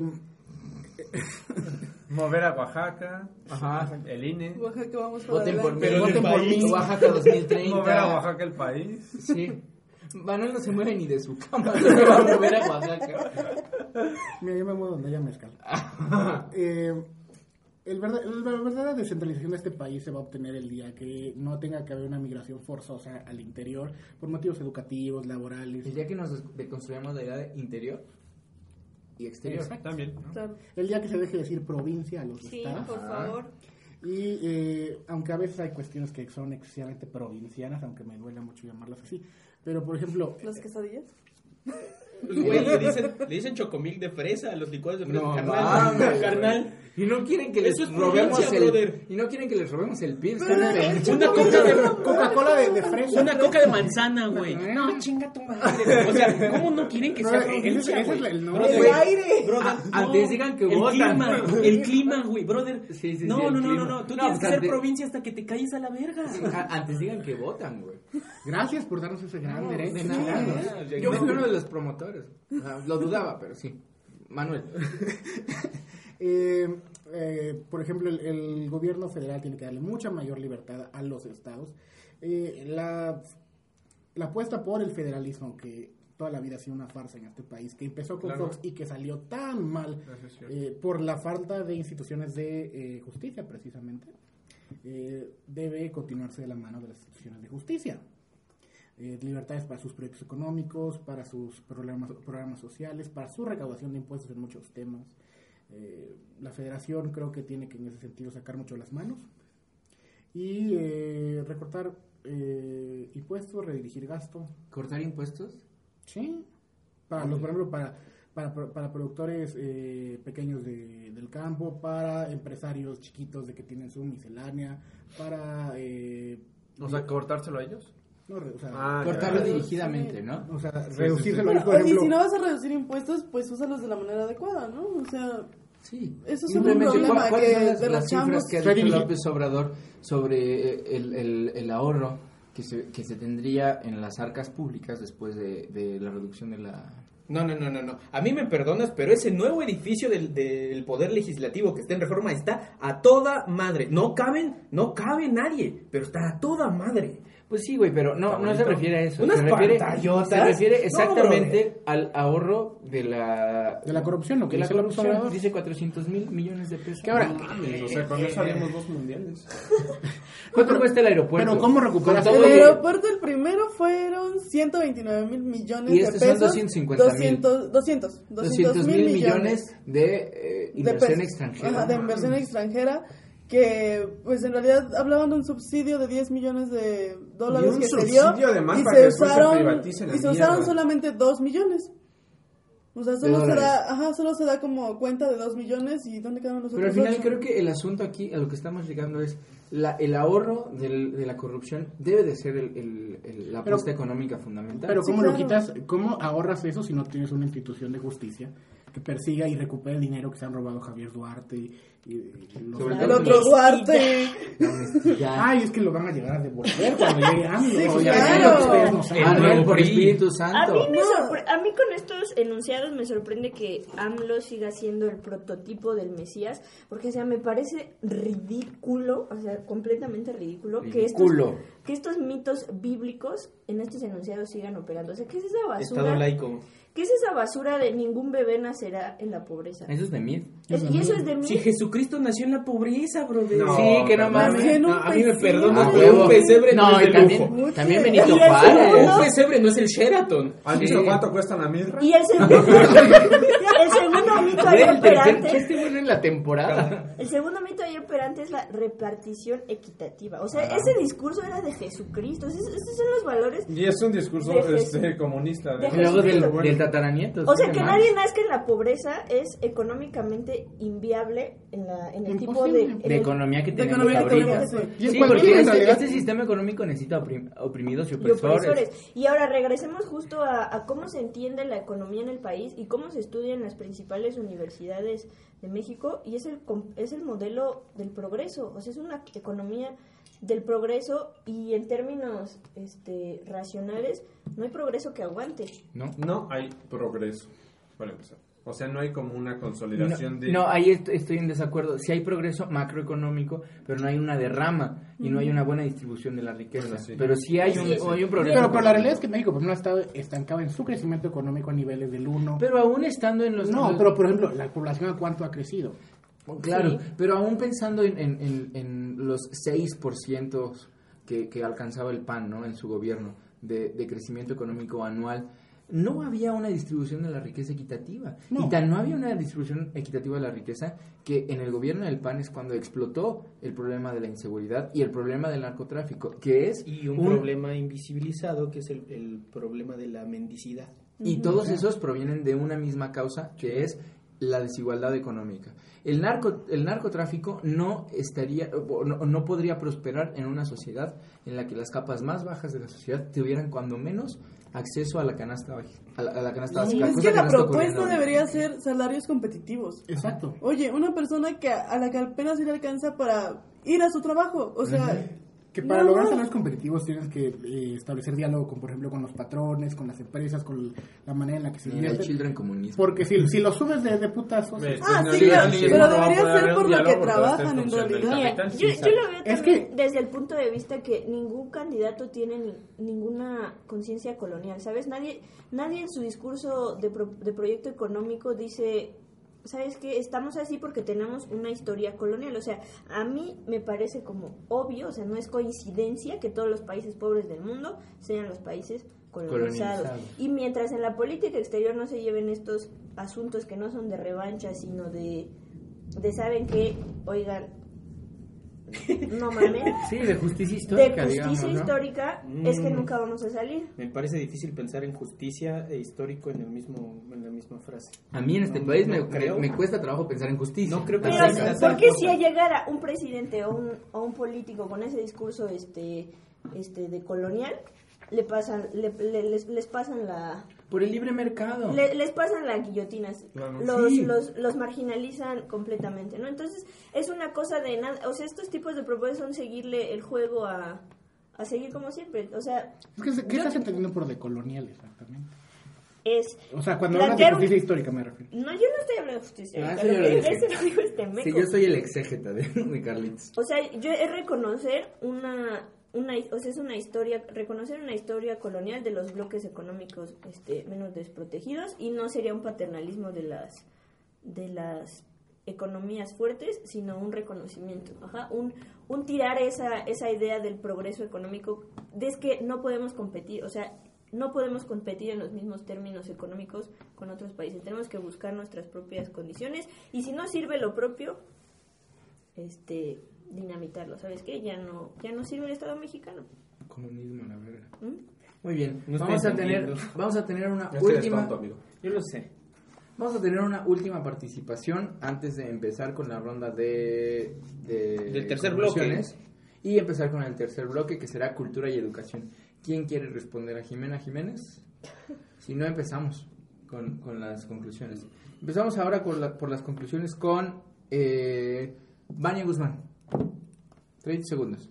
Mover a Oaxaca, Ajá. el INE. Oaxaca, vamos para Voten por mí, adelante. voten por mí. Oaxaca 2030. Mover a Oaxaca el país. Sí. Manuel no se mueve ni de su cama, no se va a mover a Oaxaca. Mira, yo me muevo donde haya mezcal. La verdadera descentralización de este país se va a obtener el día que no tenga que haber una migración forzosa al interior por motivos educativos, laborales. El día que nos deconstruyamos la idea de interior y exterior. Exacto. También, ¿no? Claro. El día que se deje de decir provincia a los Sí, estados. por favor. Y aunque a veces hay cuestiones que son excesivamente provincianas, aunque me duela mucho llamarlas así, pero por ejemplo... ¿Las quesadillas? Güey, le dicen chocomil de fresa a los licuados de fresa. No, carnal, mames, carnal. Y no quieren que les Eso es robemos provincia, el brother. y no quieren que les robemos el pin. Una coca de Coca-Cola de fresa. Una coca de manzana, güey. No, chinga tu madre. O sea, ¿cómo no quieren que sea Brother, provincia, ese es güey? el no. Brother, ¡El aire! brother, Antes digan que votan. El clima, güey, brother. Sí, sí, no, sí, el no, no, clima. no, no. Tú No, tienes pues que ser antes- provincia hasta que te calles a la verga. Antes digan que votan, güey. Gracias por darnos ese gran derecho. De nada. Sí, Yo no. fui uno de los promotores. Lo dudaba, pero sí. Manuel. Por ejemplo, el gobierno federal tiene que darle mucha mayor libertad a los estados. La apuesta por el federalismo, que toda la vida ha sido una farsa en este país, que empezó con Claro. Fox y que salió tan mal Eso es cierto. por la falta de instituciones de justicia, precisamente, debe continuarse de la mano de las instituciones de justicia. Libertades para sus proyectos económicos, para sus programas sociales, para su recaudación de impuestos en muchos temas. La federación creo que tiene que en ese sentido sacar mucho las manos y recortar impuestos, redirigir gasto. ¿Cortar impuestos? Sí, por ejemplo, para productores pequeños del campo, para empresarios chiquitos de que tienen su miscelánea, para... O sea, cortárselo a ellos. no, o sea, Cortarlo ya. dirigidamente, ¿no? o sea, reducírselo. Bueno, Por y ejemplo, si no vas a reducir impuestos, pues úsalos de la manera adecuada, ¿no? O sea, Sí. Eso es Simplemente, un problema ¿cuáles que son de las los cifras chambos que ha se dicho dirige- López Obrador sobre el ahorro que se tendría en las arcas públicas después de la reducción de la... No. A mí me perdonas, pero ese nuevo edificio del Poder Legislativo que está en Reforma está a toda madre. No cabe nadie, pero está a toda madre. Pues sí, güey, pero no se refiere a eso. ¿Unas se refiere, pantallotas? se refiere No, exactamente al ahorro de la corrupción, lo que de la dice López corrupción. Obrador. Dice 400,000 millones de pesos. Que ahora, No mames, O sea, con eso haríamos 2 mundiales. ¿cuánto cuesta el aeropuerto? pero ¿cómo recuperas Con el todo y- aeropuerto, el primero fueron 129,000 millones Y de estos pesos. son 250,000. 200,000 millones de inversión pesos. extranjera. Ajá, de inversión extranjera, que pues en realidad hablaban de un subsidio de 10 millones de dólares Y un que se dio subsidio además y para se que después se usaron privaticen la y se usaron mierda. solamente 2 millones. O sea, solo se dólares. solo se da como cuenta de 2 millones y ¿dónde quedaron los Pero al otros final 8? creo que el asunto aquí, a lo que estamos llegando es el ahorro de la corrupción debe de ser la Pero- apuesta económica fundamental. Pero Sí, ¿cómo lo claro. quitas? ¿Cómo ahorras eso si no tienes una institución de justicia que persiga y recupere el dinero que se han robado Javier Duarte y los Sobre El todo otro Duarte. La honestidad. Ay, es que lo van a llegar a devolver cuando llegue AMLO. Sí, Oye, claro. es lo que ustedes no saben. Manuel, por PRI. Espíritu A Santo. mí, No. a mí con estos enunciados me sorprende que AMLO siga siendo el prototipo del Mesías, porque o sea, me parece ridículo, o sea, completamente ridículo, Ridículo. que estos mitos bíblicos en estos enunciados sigan operando. O sea, ¿qué es esa Estado basura? laico. ¿Qué es esa basura de ningún bebé nacerá en la pobreza? Eso es de mí. Y eso es de mí. Si Jesucristo nació en la pobreza, brother. No, Sí, que no pero- mames. Nació en un A mí me pesebre. perdonas, Ah, pero huevo. un pesebre no, No, es y de lujo. también, también Y Benito el Juárez. segundo- Un pesebre no es el Sheraton. ¿Has Sí. visto cuánto cuesta la mirra? Y el segundo mito ahí Güey, el tercer operante. chiste bueno en la temporada. El segundo mito ahí operante es la repartición equitativa. O sea, ese discurso era de Jesucristo. Esos son los valores. Y es un discurso De Jesús. comunista. De Y luego Jesucristo. del tataranieto. O sea, ¿qué que más? nadie nazca en la pobreza es económicamente completamente inviable en el tipo Imposible. de De economía que de tenemos economía que ahorita. tenemos, sí. Sí, Y en porque cualquier realidad- este sistema económico necesita oprimidos y y opresores. opresores. Y ahora regresemos justo a cómo se entiende la economía en el país y cómo se estudia en las principales universidades de México, y es el modelo del progreso, o sea, es una economía del progreso, y en términos racionales no hay progreso que aguante. No hay progreso, para empezar. O sea, no hay como una consolidación de... No, ahí estoy en desacuerdo. Sí hay progreso macroeconómico, pero no hay una derrama y no hay una buena distribución de la riqueza. Bueno, sí. Pero sí hay un progreso. Pero la realidad es que México, por ejemplo, ha estado estancado en su crecimiento económico a niveles del 1. Pero aún estando en los... No, pero por ejemplo, la población ¿a cuánto ha crecido? Claro, Sí. pero aún pensando en los 6% que alcanzaba el PAN, ¿no?, en su gobierno de crecimiento económico anual, no había una distribución de la riqueza equitativa. No. Y tan no había una distribución equitativa de la riqueza que en el gobierno del PAN es cuando explotó el problema de la inseguridad y el problema del narcotráfico, que es Y un problema invisibilizado que es el problema de la mendicidad. Y todos esos provienen de una misma causa, que es la desigualdad económica. El narcotráfico no estaría, no podría prosperar en una sociedad en la que las capas más bajas de la sociedad tuvieran cuando menos acceso a la canasta básica. Es cosa que la no está ocurriendo propuesta ahorita. debería ser salarios competitivos. Exacto. Oye, una persona a la que apenas le alcanza para ir a su trabajo, o sea... Que para no, lograr no. salarios competitivos tienes que establecer diálogo con, por ejemplo, con los patrones, con las empresas, con la manera en la que se Ni en el invierte. children comunismo. Porque si lo subes de putazos... Ves. Ah, No, sí, sí, claro, sí, pero no va a debería poder ser haber por un lo que diálogo, porque va a trabajan ser en función del realidad. capital. Yo lo veo Es también que- desde el punto de vista que ningún candidato tiene ninguna conciencia colonial, ¿sabes? Nadie en su discurso de proyecto económico dice, ¿sabes qué? Estamos así porque tenemos una historia colonial. O sea, a mí me parece como obvio, o sea, no es coincidencia que todos los países pobres del mundo sean los países colonizados. Y mientras en la política exterior no se lleven estos asuntos que no son de revancha, sino de ¿saben qué? Oigan, no mames. Sí, de justicia histórica, De justicia digamos, ¿no? histórica es que nunca vamos a salir. Me parece difícil pensar en justicia e histórico en la misma frase. A mí en este No, país no creo. me cuesta trabajo pensar en justicia. No creo que Pero, sea ¿por qué cosa. si llegara un presidente o un político con ese discurso de colonial, les pasan la... Por el libre mercado. Les pasan las guillotinas, Claro. Sí. los marginalizan completamente, ¿no? Entonces es una cosa de nada, o sea, estos tipos de propuestas son seguirle el juego a seguir como siempre, o sea, ¿Qué estás entendiendo por decolonial exactamente? es O sea, cuando hablas de plantear un- justicia histórica me refiero. No, yo no estoy hablando de justicia, Ah, lo eso ya lo que dije. ese lo dijo este meco. Sí, yo soy el exégeta de Carlitos. O sea, yo es reconocer es una historia, reconocer una historia colonial de los bloques económicos menos desprotegidos, y no sería un paternalismo de las economías fuertes, sino un reconocimiento, un tirar esa idea del progreso económico, es que no podemos competir, o sea, no podemos competir en los mismos términos económicos con otros países, tenemos que buscar nuestras propias condiciones, y si no sirve lo propio, dinamitarlo, ¿sabes qué? Ya no sirve el Estado mexicano. Comunismo, la verga. ¿Mm? Muy bien, No vamos estoy a tener entendiendo. una Es que eres última... tonto, amigo. Yo lo sé. Vamos a tener una última participación antes de empezar con la ronda del tercer bloque. y empezar con el tercer bloque, que será cultura y educación. ¿Quién quiere responder? ¿A Jimena Jiménez? Si no, empezamos con las conclusiones. Empezamos ahora por las conclusiones con Vania Guzmán. 30 segundos.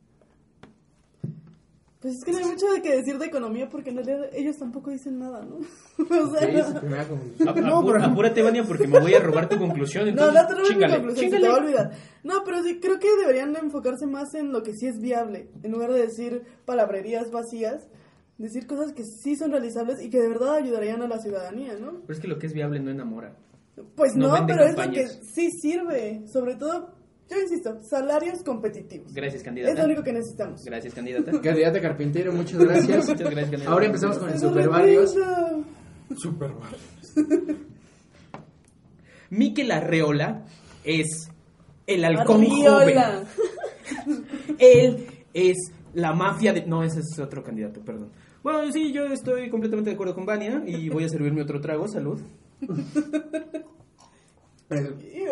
Pues es que no hay mucho de que decir de economía, porque en realidad ellos tampoco dicen nada, ¿no? O sea, ¿Qué es su primera conclusión? Apúrate, Vania, porque me voy a robar tu conclusión. no, Entonces, no te robes mi chíngale, conclusión, se te va a olvidar. No, pero sí, creo que deberían enfocarse más en lo que sí es viable, en lugar de decir palabrerías vacías, decir cosas que sí son realizables y que de verdad ayudarían a la ciudadanía, ¿no? Pero es que lo que es viable no enamora. Pues No no, venden pero es lo campañas. que sí sirve, sobre todo, yo insisto, salarios competitivos. Gracias, candidata. Es lo único que necesitamos. Gracias, candidata. Candidata Carpintero, muchas gracias. Muchas gracias, candidata. Ahora empezamos con el Eso Superbarrios. reprenda. Mikel Arreola es el halcón joven. Arriola. Él es la mafia de... No, ese es otro candidato, perdón. Bueno, sí, yo estoy completamente de acuerdo con Vania y voy a servirme otro trago. Salud. Ew.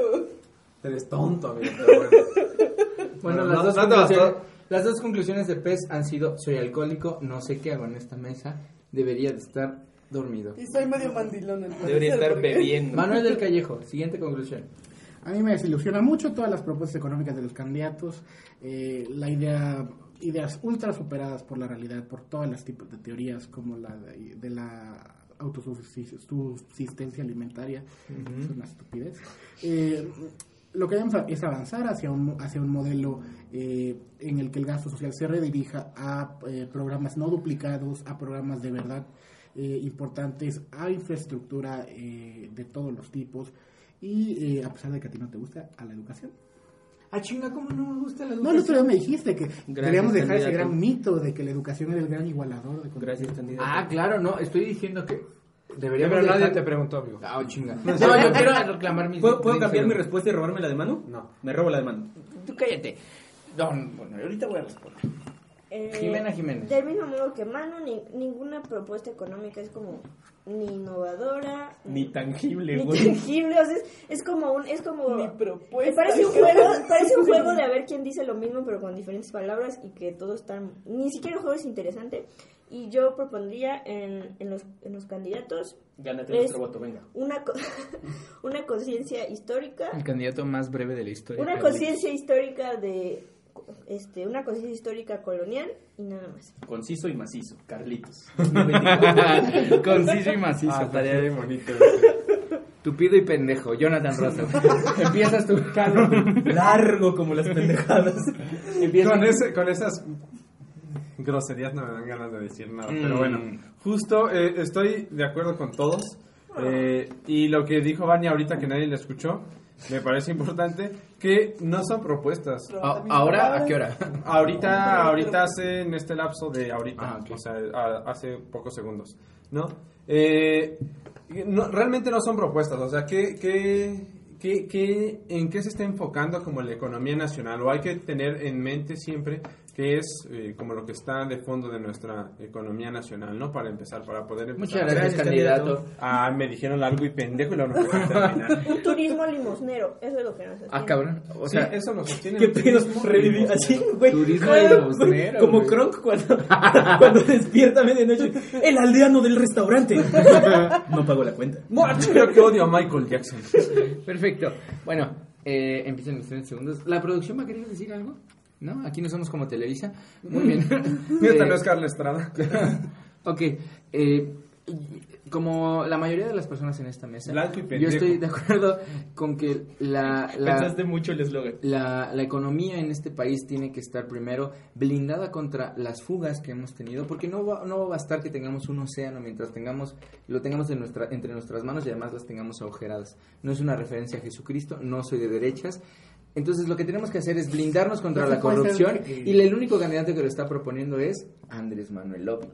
Eres tonto, amigo. Pero Bueno, las dos conclusiones de PES han sido: soy alcohólico, no sé qué hago en esta mesa, debería de estar dormido. Y soy medio mandilón. Debería estar bebiendo. Manuel del Callejo, siguiente conclusión. A mí me desilusiona mucho todas las propuestas económicas de los candidatos, ideas ultra superadas por la realidad, por todas las tipos de teorías como la de la autosuficiencia alimentaria. Es una estupidez. Lo que debemos es avanzar hacia un modelo en el que el gasto social se redirija a programas no duplicados, a programas de verdad importantes, a infraestructura de todos los tipos y a pesar de que a ti no te gusta, a la educación. Ah, chinga, ¿cómo no me gusta la educación? No, el otro día me dijiste que deberíamos dejar ese candidato. gran mito de que la educación es el gran igualador. Gracias, candidato. Ah, claro, no, estoy diciendo que deberíamos pero nadie dejar... te preguntó, amigo. Ah, chinga. No, yo quiero reclamar mis... ¿Puedo cambiar mi respuesta y robarme la de mano? No. Me robo la de mano. Tú cállate. No, bueno, ahorita voy a responder. Jimena Jiménez. Del mismo modo que Manu, ninguna propuesta económica es como ni innovadora Ni tangible, ni güey. tangible, o sea, es como Mi propuesta. parece un juego de a ver quién dice lo mismo pero con diferentes palabras y que todo está, ni siquiera el juego es interesante. Y yo propondría en los candidatos Gánate es nuestro voto, venga. una conciencia histórica, El candidato más breve de la historia. una conciencia histórica de una conciencia histórica colonial y nada más. Conciso y macizo, Carlitos. Conciso y macizo. Estaría bien bonito. Tupido y pendejo, Jonathan Russell. Empiezas tú. Largo como las pendejadas. Con esas groserías no me dan ganas de decir nada. Pero bueno, justo estoy de acuerdo con todos. Y lo que dijo Vani ahorita que nadie le escuchó, me parece importante, que no son propuestas. ¿Ahora a qué hora? Ahorita hace en este lapso de ahorita, Ah, ok. o sea, hace pocos segundos, ¿no? Realmente no son propuestas, o sea, ¿en qué se está enfocando como la economía nacional? O hay que tener en mente siempre que es como lo que está de fondo de nuestra economía nacional, ¿no? Para empezar, para poder empezar. Muchas gracias, candidato. Ah, me dijeron largo y pendejo y luego no pueden terminar. Un turismo limosnero, eso es lo que nos sostiene. Ah, cabrón. O Sí, sea, eso nos sostiene. ¿Qué pedo? Revivir así, güey. Turismo Claro, limosnero, güey, como güey. Kronk cuando despierta a medianoche. El aldeano del restaurante. No pagó la cuenta. Creo que odio a Michael Jackson. perfecto. Bueno, empiezan los 30 segundos. ¿La producción va a querer decir algo? ¿No? Aquí no somos como Televisa. Muy bien. Esta no es Carla Estrada. Ok. Como la mayoría de las personas en esta mesa, Blanco y yo pendejo. estoy de acuerdo con que Pensaste mucho el eslogan. la economía en este país tiene que estar primero blindada contra las fugas que hemos tenido, porque no va a bastar que tengamos un océano mientras lo tengamos entre nuestras manos y además las tengamos agujeradas. No es una referencia a Jesucristo, no soy de derechas. Entonces lo que tenemos que hacer es blindarnos contra la corrupción y el único candidato que lo está proponiendo es Andrés Manuel López.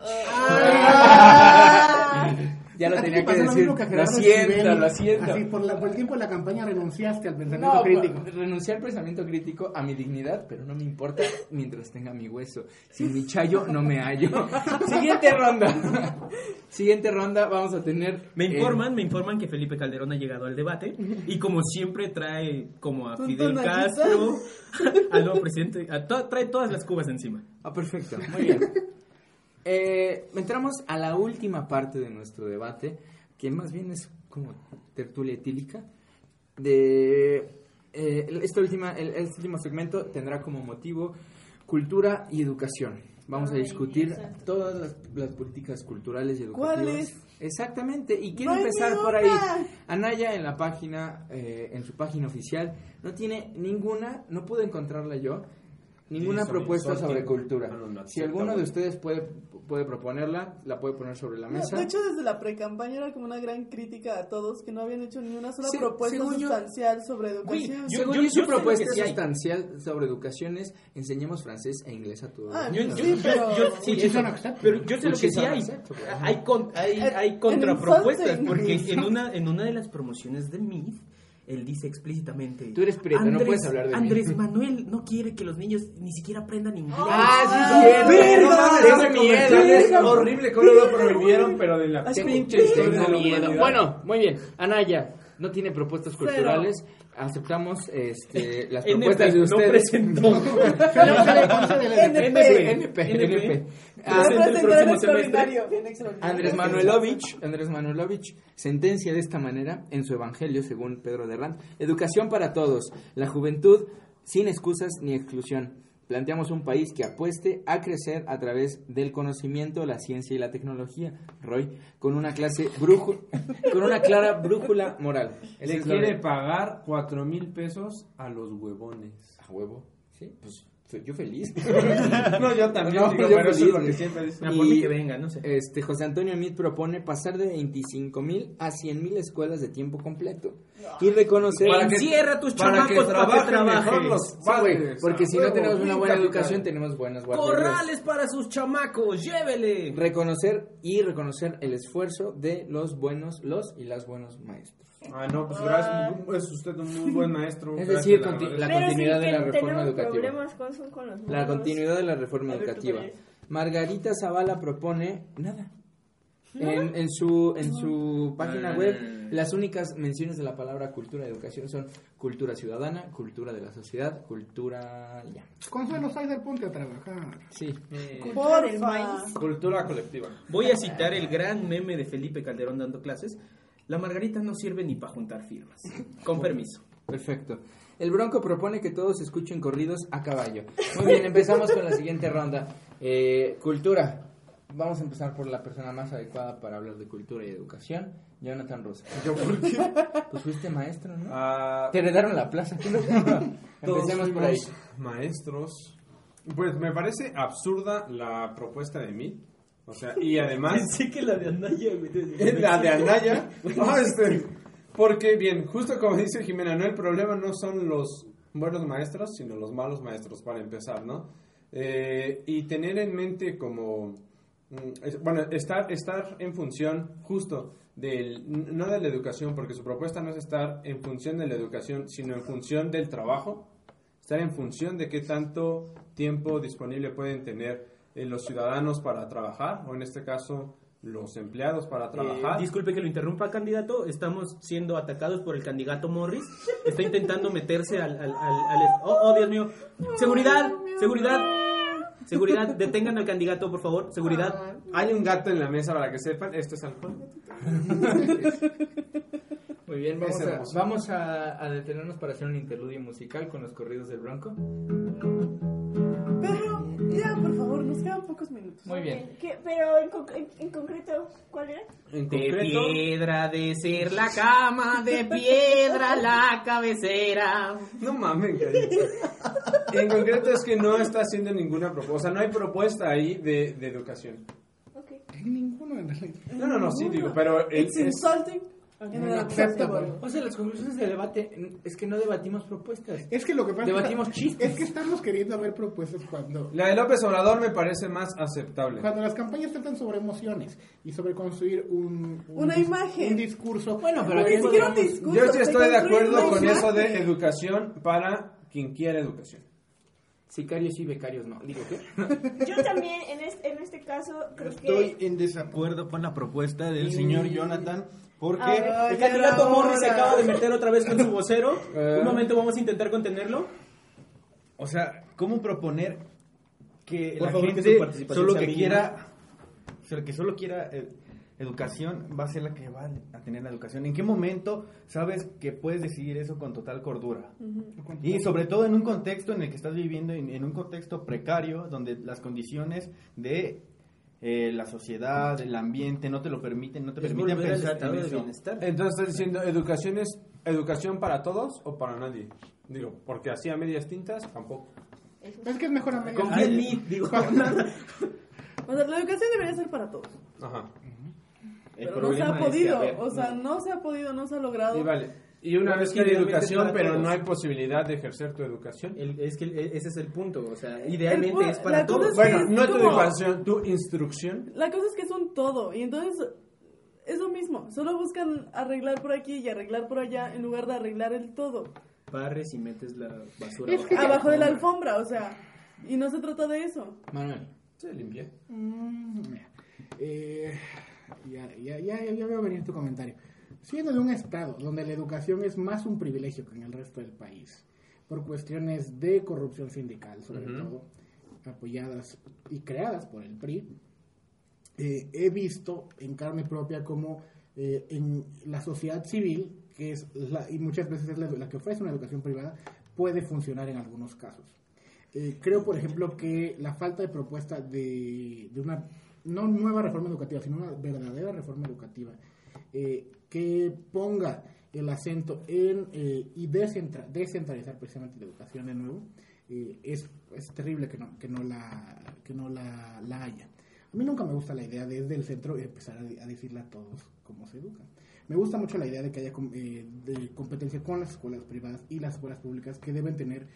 Ya lo tenía que Pasa lo decir. mismo que a Gerardo Lo siento, Esquivel. lo siento. Así, por el tiempo de la campaña renunciaste al pensamiento No, crítico. renuncié al pensamiento crítico, a mi dignidad, pero no me importa mientras tenga mi hueso. Sin mi chayo no me hallo. Siguiente ronda, vamos a tener... Me informan que Felipe Calderón ha llegado al debate y como siempre trae como a Fidel Castro, al nuevo presidente, trae todas las cubas encima. perfecto, muy bien. Entramos a la última parte de nuestro debate, que más bien es como tertulia etílica. Este último segmento tendrá como motivo cultura y educación. Vamos a discutir todas las políticas culturales y educativas. ¿Cuáles? Exactamente, y quiero No hay empezar ni por ahí. una. Anaya en la página, en su página oficial, no tiene ninguna, no pude encontrarla yo, ninguna Sí, propuesta son sobre tipo. cultura. No, Si alguno de ustedes puede proponerla, la puede poner sobre la No, mesa. de hecho, desde la precampaña era como una gran crítica a todos que no habían hecho ni una sola Sí, propuesta según yo- sustancial sobre educación. Según yo yo, sé su lo propuesta que sí hay. sustancial sobre educación es enseñemos francés e inglés a todos. Ah, los Yo, niños. sí, pero- sí, Muchísimo eso. accepto. Pero yo sé lo que sí hay. Muchísimo acepto. Hay contrapropuestas, insulting. porque en una de las promociones de MIF, él dice explícitamente: Tú eres prieto, no puedes hablar de mí. Andrés Manuel no quiere que los niños ni siquiera aprendan inglés. Ah, sí, sí, ¡Verga! tengo miedo. Es horrible cómo lo prohibieron, pero de la Así pinche como, historia de la Tengo miedo. humanidad. Bueno, muy bien. Anaya no tiene propuestas culturales. aceptamos las propuestas de No ustedes. presentó. NP. Representante extraordinario. Bien extraordinario. Andrés Manuelovich sentencia de esta manera en su evangelio, según Pedro de Rand: educación para todos, la juventud sin excusas ni exclusión. Planteamos un país que apueste a crecer a través del conocimiento, la ciencia y la tecnología, Roy, con una clara brújula moral. Ese Le es quiere pagar 4,000 pesos a los huevones. a huevo. Sí, pues yo feliz. No, yo también. No, digo, yo pero eso feliz, es lo que güey. siempre dicen. Por mí que venga, no sé. José Antonio Meade propone pasar de 25,000 a 100,000 escuelas de tiempo completo y reconocer Encierra a tus para que chamacos para que trabajen mejor trabajen. los Sí, güey, padres. porque si no Huevo, tenemos una bien buena capital. educación, tenemos buenas guarderías. Corrales para sus chamacos, llévele. Reconocer el esfuerzo de los y las buenos maestros. Ah, no, pues gracias. Es usted un muy buen maestro. Es Gracias, decir, la verdad. la Pero continuidad sí de la que reforma tenemos educativa. problemas con los La números. continuidad de la reforma A ver, tú educativa. puedes. Margarita Zavala propone nada. En su página web, las únicas menciones de la palabra cultura y educación son cultura ciudadana, cultura de la sociedad, cultura ya. Consuelo Saider, ponte a trabajar. Sí. Cultura del Porfa. maíz. Cultura colectiva. Voy a citar el gran meme de Felipe Calderón dando clases. La margarita no sirve ni para juntar firmas. Con permiso. Perfecto. El Bronco propone que todos escuchen corridos a caballo. Muy bien, empezamos con la siguiente ronda. Cultura. Vamos a empezar por la persona más adecuada para hablar de cultura y educación, Jonathan Rosa. ¿Yo por qué? Pues fuiste maestro, ¿no? Ah, Te heredaron la plaza. Empecemos por ahí. Maestros. Pues me parece absurda la propuesta de mí. O sea, y además... Pensé que la de Anaya, güey. La de Anaya. Porque, bien, justo como dice Jimena, no, el problema no son los buenos maestros, sino los malos maestros, para empezar, ¿no? Y tener en mente como... Bueno, estar en función justo no de la educación, porque su propuesta no es estar en función de la educación, sino en función del trabajo, estar en función de qué tanto tiempo disponible pueden tener los ciudadanos para trabajar, o en este caso los empleados para trabajar. Disculpe que lo interrumpa, candidato. Estamos siendo atacados por el candidato Morris. Está intentando meterse Oh, Dios mío. Seguridad, seguridad. Seguridad, detengan al candidato, por favor. Seguridad. Hay un gato en la mesa para que sepan, esto es alcohol. Muy bien, Es hermoso. vamos a detenernos para hacer un interludio musical con los corridos del Bronco. Pero, ya, por favor, nos quedan pocos minutos. Muy bien. Pero en concreto, ¿cuál era? En De concreto, piedra de ser la cama, de piedra la cabecera. no mames, cariño. En concreto es que no está haciendo ninguna propuesta, o sea, no hay propuesta ahí de educación. Okay. Ninguno en realidad. No, sí, digo, pero It's insulting. Unacceptable. O sea, las conclusiones del debate es que no debatimos propuestas. Es que lo que pasa Debatimos es chistes. que estamos queriendo ver propuestas cuando la de López Obrador me parece más aceptable. las campañas tratan sobre emociones y sobre construir Una imagen. un discurso. Bueno, pero Ni aquí siquiera un podríamos- discurso. Yo sí se estoy de construye acuerdo una con eso de imagen. educación para quien quiera educación. Sicarios y becarios no. Digo, ¿qué? Yo también, en este caso, creo Estoy que... en desacuerdo con la propuesta del señor Jonathan porque Ay, El candidato ahora. Morris se acaba de meter otra vez con su vocero. Un momento, vamos a intentar contenerlo. o sea, ¿cómo proponer que Por la favor, que gente su participación solo sea que mínima? quiera, o sea, que solo quiera educación va a ser la que va a tener la educación? ¿En qué momento sabes que puedes decidir eso con total cordura? Y sobre todo en un contexto en el que estás viviendo, en un contexto precario, donde las condiciones de la sociedad, el ambiente no te lo permiten, no te Es permiten volver al pensar estado en de eso. bienestar. Entonces estás diciendo, ¿educación es educación para todos o para nadie? Digo, porque así a medias tintas tampoco. Es que es mejor a medio. Confía en mí, digo. O sea, la educación debería ser para todos. Ajá. El Pero no se ha problema es que, podido. a ver, O sea, no se ha podido, no se ha logrado. Y vale. Y una Bueno, vez es que que hay idealmente educación, es para pero todos. no hay posibilidad de ejercer tu educación. Es que ese es el punto. O sea, idealmente El pu- es para la cosa todos. es Bueno, es no tu como- educación, tu instrucción. La cosa es que es un todo. Y entonces es lo mismo. Solo buscan arreglar por aquí y arreglar por allá en lugar de arreglar el todo. Barres y metes la basura Es que- Abajo de la alfombra, o sea. Y no se trata de eso. Manuel. Se limpia. Ya veo venir tu comentario. siendo de un estado donde la educación es más un privilegio que en el resto del país, por cuestiones de corrupción sindical, sobre todo, apoyadas y creadas por el PRI, he visto en carne propia como en la sociedad civil, que es y muchas veces es la que ofrece una educación privada, puede funcionar en algunos casos. Creo, por ejemplo, que la falta de propuesta de una, no nueva reforma educativa, sino una verdadera reforma educativa, que ponga el acento en y descentralizar precisamente la educación de nuevo, es terrible que no la haya. A mí nunca me gusta la idea desde el centro empezar a decirle a todos cómo se educan. Me gusta mucho la idea de que haya de competencia con las escuelas privadas y las escuelas públicas, que deben tener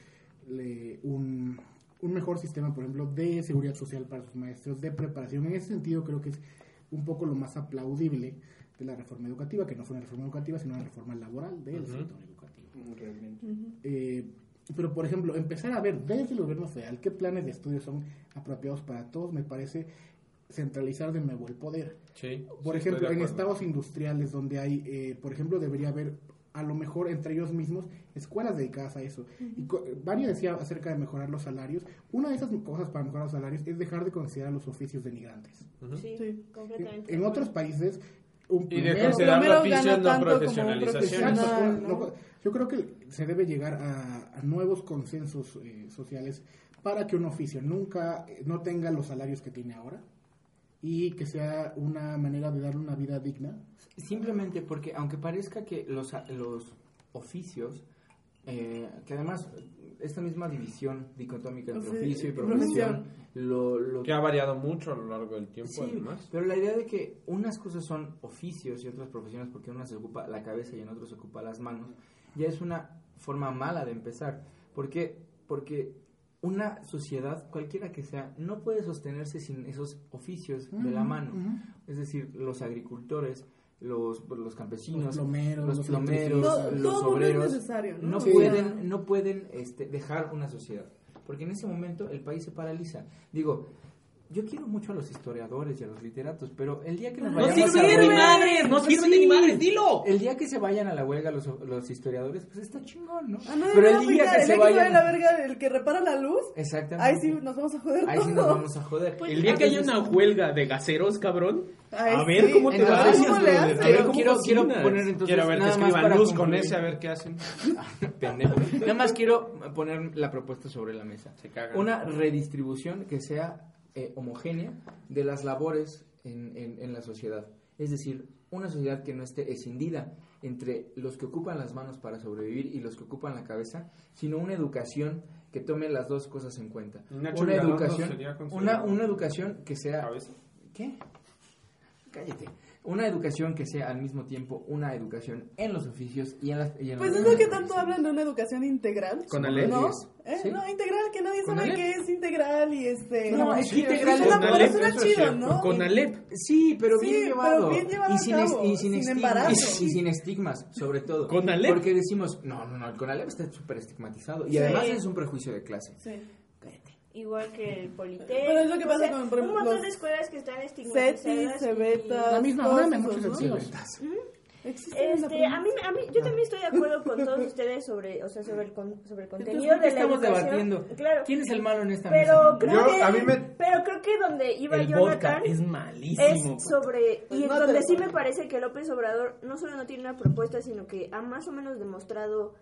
un mejor sistema, por ejemplo, de seguridad social para sus maestros, de preparación. En ese sentido creo que es un poco lo más aplaudible de la reforma educativa, que no es una reforma educativa, sino una reforma laboral del sector educativo. Realmente. Pero, por ejemplo, empezar a ver desde el gobierno federal qué planes de estudio son apropiados para todos, me parece centralizar de nuevo el poder. Sí, por ejemplo, en estados industriales donde hay, por ejemplo, debería haber a lo mejor entre ellos mismos escuelas dedicadas a eso. Y Vania decía acerca de mejorar los salarios. Una de esas cosas para mejorar los salarios es dejar de considerar los oficios denigrantes. Sí, completamente. En otros países y de considerar la oficio no profesionalización. Yo creo que se debe llegar a nuevos consensos sociales para que un oficio no tenga los salarios que tiene ahora, y que sea una manera de darle una vida digna. Simplemente porque, aunque parezca que los oficios, que además esta misma división dicotómica entre oficio y profesión, que ha variado mucho a lo largo del tiempo, sí, además. Pero la idea de que unas cosas son oficios y otras profesiones, porque en unas se ocupa la cabeza y en otras se ocupa las manos, ya es una forma mala de empezar. ¿Por qué? Porque una sociedad, cualquiera que sea, no puede sostenerse sin esos oficios de la mano. Es decir, los agricultores, los campesinos, los plomeros, los obreros, no pueden dejar una sociedad, porque en ese momento el país se paraliza. Digo, yo quiero mucho a los historiadores y a los literatos, pero el día que nos vayamos a la huelga... ¡No sirven ni madres! ¡Dilo! El día que se vayan a la huelga los historiadores, pues está chingón, ¿no? Pero el día que se vayan a la verga, el que repara la luz, exactamente, ahí sí nos vamos a joder. Ahí sí nos vamos a joder. Pues, el día que haya una huelga de gaseros, cabrón, a ver cómo te va. Quiero poner entonces... Quiero ver que escriban luz con ese, a ver qué hacen. Pendejo. Nada más quiero poner la propuesta sobre la mesa. Una redistribución que sea homogénea de las labores en la sociedad. Es decir, una sociedad que no esté escindida entre los que ocupan las manos para sobrevivir y los que ocupan la cabeza, sino una educación que tome las dos cosas en cuenta. Una educación que sea... ¿Cabeza? ¿Qué? Cállate. Una educación que sea al mismo tiempo una educación en los oficios y en las... Pues es lo que tanto hablan de una educación integral. ¿Con Alep? ¿No? ¿Sí? No, integral, que nadie sabe qué es integral y No, es integral. Es chido, ¿no? Con Alep. Sí, pero bien llevado. Pero bien llevado y sin estigmas. Y sin estigmas, sobre todo. Con Alep. Porque decimos, no, el con Alep está súper estigmatizado. Y además es un prejuicio de clase. Sí. Cállate. Igual que el Politécnico. Pero es lo que pasa con, por un ejemplo, montón de escuelas que están estigmatizadas. CETIS, Cebetas, la misma, muchos Cebetas. A mí, yo también estoy de acuerdo con todos ustedes sobre el contenido de la estamos educación. Debatiendo. Claro. ¿Quién es el malo en esta pero mesa? Pero creo que donde iba el Jonathan es malísimo. Es sobre pues y donde sí me parece que López Obrador no solo no tiene una propuesta, sino que ha más o menos demostrado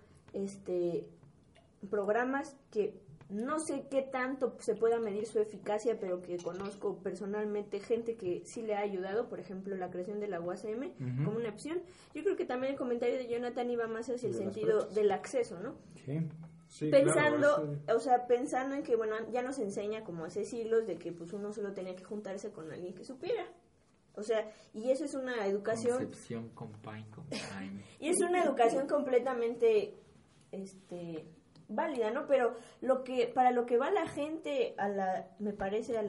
programas que no sé qué tanto se pueda medir su eficacia, pero que conozco personalmente gente que sí le ha ayudado, por ejemplo, la creación de la UASM como una opción. Yo creo que también el comentario de Jonathan iba más hacia el sentido del acceso, ¿no? Sí, pensando, claro, pensando en que, bueno, ya nos enseña como hace siglos de que pues uno solo tenía que juntarse con alguien que supiera. O sea, y eso es una educación... Concepción Compine. Y es una educación completamente, válida, ¿no? Pero para lo que va la gente me parece a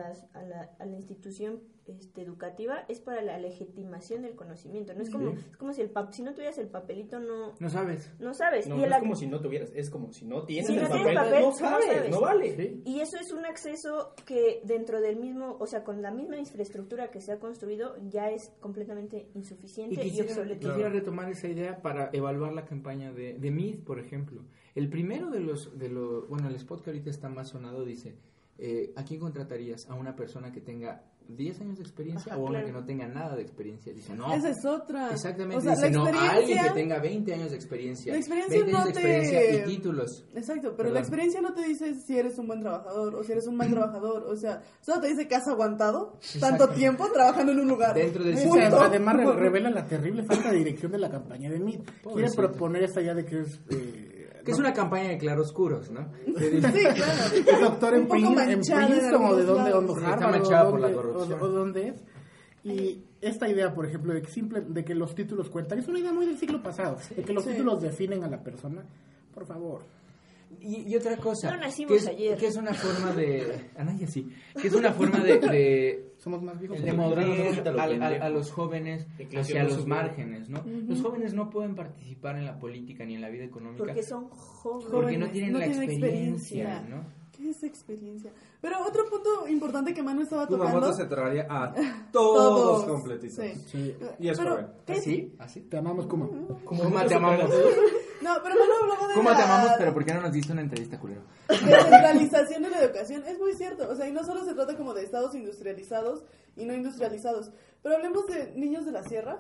la institución educativa es para la legitimación del conocimiento, no es como si si no tuvieras el papelito no sabes. No es como si no tuvieras, es como si no tienes el papel, no sabes, no vale. ¿Sí? Y eso es un acceso que dentro del mismo, o sea, con la misma infraestructura que se ha construido ya es completamente insuficiente y obsoleto. Quisiera retomar esa idea para evaluar la campaña de Mead, por ejemplo. El primero de los bueno, el spot que ahorita está más sonado dice, ¿a quién contratarías? ¿A una persona que tenga 10 años de experiencia o a una que no tenga nada de experiencia? Dice, no. Esa es otra. Exactamente, o sea, dice, no, a alguien que tenga 20 años de experiencia. La experiencia 20 años de experiencia y títulos. Exacto, pero la experiencia no te dice si eres un buen trabajador o si eres un mal trabajador. O sea, solo te dice que has aguantado tanto tiempo trabajando en un lugar. Dentro de además revela la terrible falta de dirección de la campaña de Mead. Quiere proponer esta idea de que es... que es una campaña de claroscuros, ¿no? Sí, claro. Es doctor en Princeton o de dónde Harvard o dónde es. Y esta idea, por ejemplo, de que los títulos cuentan, es una idea muy del siglo pasado, de que los títulos definen a la persona. Por favor. Y otra cosa, no nacimos ayer. Que es una forma de... Anaya sí. Que es una forma de somos más viejos de mover a los jóvenes hacia los márgenes, ¿no? Los jóvenes no pueden participar en la política ni en la vida económica. Porque son jóvenes. Porque no tienen la experiencia, ¿no? ¿Qué es experiencia? Pero otro punto importante que Manu estaba tocando... Tu mamá se traería a todos completitos. Sí. Y es joven. ¿Así? Te amamos, Kuma. Kuma, te amamos. No, pero Manu hablaba de Kuma, te amamos, pero ¿por qué no nos diste una entrevista, culero? La centralización de la educación es muy cierto. O sea, y no solo se trata como de estados industrializados y no industrializados. Pero hablemos de niños de la sierra.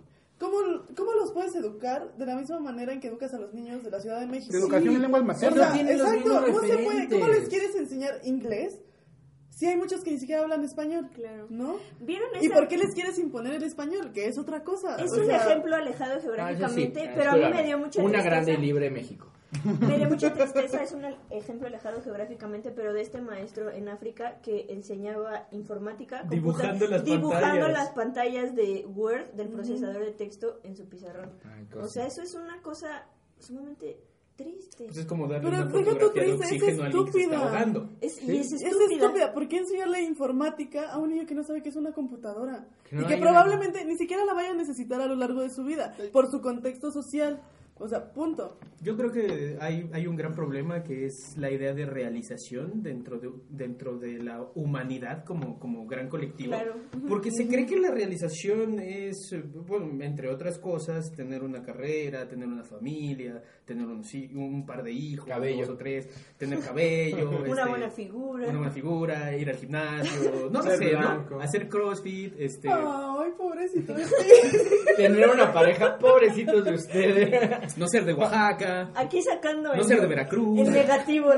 ¿Cómo los puedes educar de la misma manera en que educas a los niños de la Ciudad de México? De educación en lenguas maternas. O sea, exacto, no se puede. ¿Cómo les quieres enseñar inglés? Sí, hay muchos que ni siquiera hablan español, claro, ¿no? ¿Vieron esa? ¿Y por qué les quieres imponer el español? Que es otra cosa. Es un ejemplo alejado geográficamente, pero a mí me dio mucha una tristeza. grande y libre México. Me dio mucha tristeza, es un ejemplo alejado geográficamente, pero de este maestro en África que enseñaba informática dibujando las pantallas de Word del procesador de texto en su pizarrón. O sea, eso es una cosa sumamente triste. Pues es como darle una fotografía de oxígeno a alguien que se está ahogando. Es estúpida. ¿Por qué enseñarle informática a un niño que no sabe qué es una computadora? Y que probablemente ni siquiera la vaya a necesitar a lo largo de su vida, por su contexto social. O sea, punto. Yo creo que hay un gran problema que es la idea de realización dentro de la humanidad como gran colectivo. Claro. Porque se cree que la realización es, bueno, entre otras cosas, tener una carrera, tener una familia, tener un par de hijos, cabello. 2 o 3, tener cabello, una buena figura, ir al gimnasio, no sé, ¿no? Hacer crossfit, Ay, pobrecito. Tener una pareja, pobrecitos de ustedes. No ser de Oaxaca. Aquí sacando no ser de Veracruz. El negativo.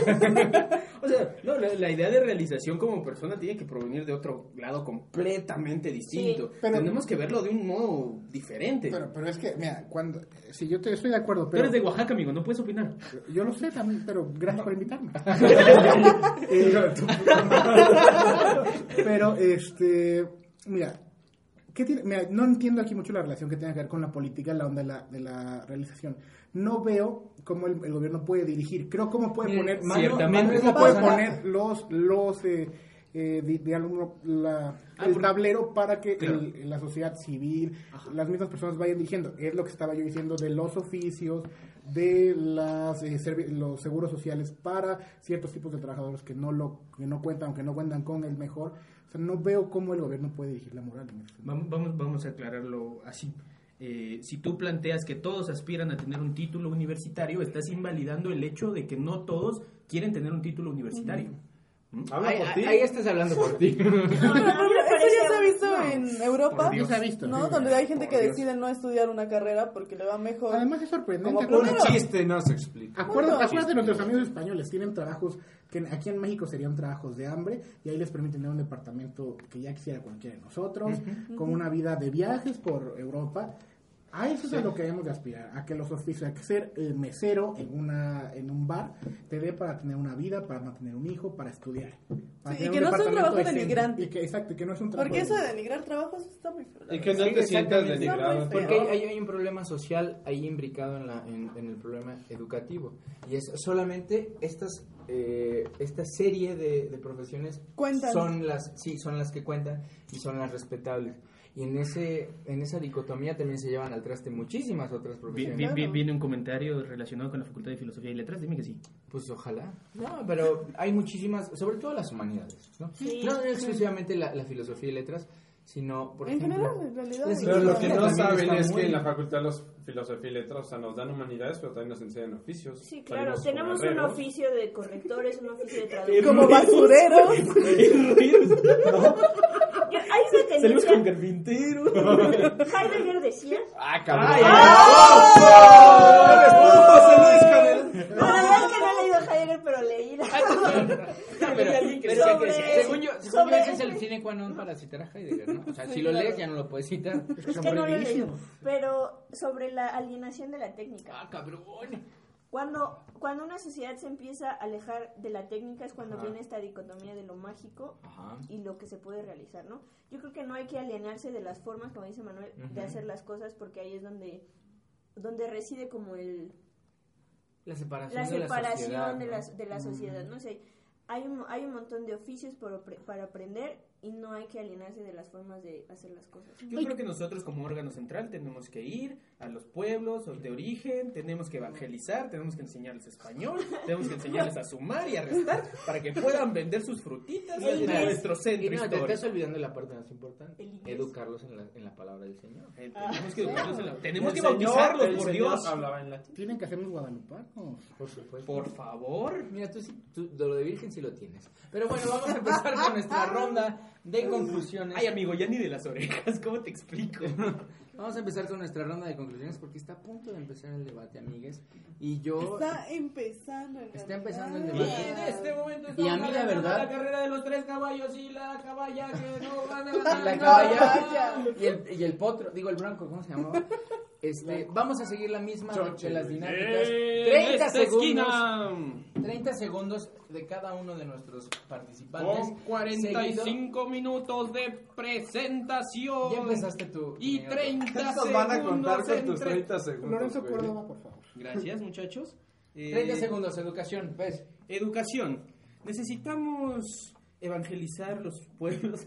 O sea, no, la idea de realización como persona tiene que provenir de otro lado completamente distinto. Sí, pero tenemos que verlo de un modo diferente. Pero es que, mira, si yo estoy de acuerdo, pero... Tú eres de Oaxaca, amigo, no puedes opinar. Yo lo sé también, pero gracias por invitarme. Pero, mira... Mira, no entiendo aquí mucho la relación que tiene que ver con la política en la onda de la realización. No veo cómo el gobierno puede dirigir. Creo cómo puede poner... Ciertamente. Cómo puede poner el tablero para que la sociedad civil, las mismas personas vayan dirigiendo. Es lo que estaba yo diciendo de los oficios, de los seguros sociales para ciertos tipos de trabajadores que no cuentan con el mejor. O sea, no veo cómo el gobierno puede dirigir la moral. Vamos a aclararlo así. Si tú planteas que todos aspiran a tener un título universitario, estás invalidando el hecho de que no todos quieren tener un título universitario. Ahí estás hablando por ti. Eso ya se ha visto en Europa, se ha visto, ¿no? Donde hay gente que decide no estudiar una carrera porque le va mejor. Además es sorprendente. Un chiste no se explica. Acuérdate de nuestros amigos españoles, tienen trabajos que aquí en México serían trabajos de hambre y ahí les permiten tener un departamento que ya quisiera cualquiera de nosotros, con una vida de viajes por Europa. A eso es a lo que debemos de aspirar, a que los oficios, a que ser mesero en un bar te dé para tener una vida, para mantener un hijo, para estudiar. Para Sí, y que no sea un trabajo denigrante. Exacto, que no es un trabajo. Porque eso de denigrar trabajos está muy feo. Y que no te sientas denigrado. Porque hay un problema social ahí imbricado en el problema educativo. Y es solamente esta serie de profesiones son las que cuentan y son las respetables. Y en esa dicotomía también se llevan al traste muchísimas otras profesiones. Viene un comentario relacionado con la Facultad de Filosofía y Letras, dime que sí. Pues ojalá. No, pero hay muchísimas, sobre todo las humanidades, ¿no? Sí, no exclusivamente la filosofía y letras, sino, por ejemplo... general, en realidad. Pero lo que no también saben está es muy- que en la facultad de filosofía y letras, o sea, nos dan humanidades, pero también nos enseñan oficios. Sí, claro, Salimos tenemos como un herreros. oficio de correctores, un oficio de traductores. Como basureros. Hay una Salimos con tendencia. carpintero. Heidegger decía. ¡Ah, cabrón! La verdad es que no he leído a Heidegger, pero leí Según yo ese es el sine qua non para citar a Heidegger, ¿no? O sea, si lo lees ya no lo puedes citar. Es que no lo he leído. Pero sobre la alienación de la técnica. ¡Ah, cabrón! Cuando una sociedad se empieza a alejar de la técnica es cuando viene esta dicotomía de lo mágico y lo que se puede realizar, ¿no? Yo creo que no hay que alienarse de las formas, como dice Manuel, de hacer las cosas, porque ahí es donde reside como La separación, la separación de de la sociedad, ¿no? O sea, hay un montón de oficios para aprender y no hay que alienarse de las formas de hacer las cosas. Yo creo que nosotros como órgano central tenemos que ir a los pueblos de origen, tenemos que evangelizar, tenemos que enseñarles español, tenemos que enseñarles a sumar y a restar para que puedan vender sus frutitas en nuestro centro Y no, te histórico. estás olvidando la parte más importante, educarlos en la palabra del Señor. Tenemos que educarlos tenemos que El Señor- bautizarlos, el por Señor Dios. hablaba en latín. Tienen que hacernos guadalupanos. Por supuesto. Por favor. Mira, tú de lo de virgen sí lo tienes. Pero bueno, vamos a empezar con nuestra ronda de conclusiones. Ay, amigo, ya ni de las orejas, ¿cómo te explico? Vamos a empezar con nuestra ronda de conclusiones porque está a punto de empezar el debate, amigues. Y yo... Está empezando el debate. Y en este momento Y a mí la verdad... la carrera de los 3 caballos y la caballa que no van a Y la caballa y el potro, digo el bronco, ¿cómo se llamaba? Vamos a seguir la misma de las dinámicas. 30 segundos de cada uno de nuestros participantes. Con 45 Seguido- minutos de presentación. Ya empezaste tú. Y amigo. 30 Estos van a contar con tus entre- 30 segundos. Lorenzo güey. Córdoba, por favor. Gracias, muchachos. 30 segundos, educación, pues. Educación. Necesitamos evangelizar los pueblos.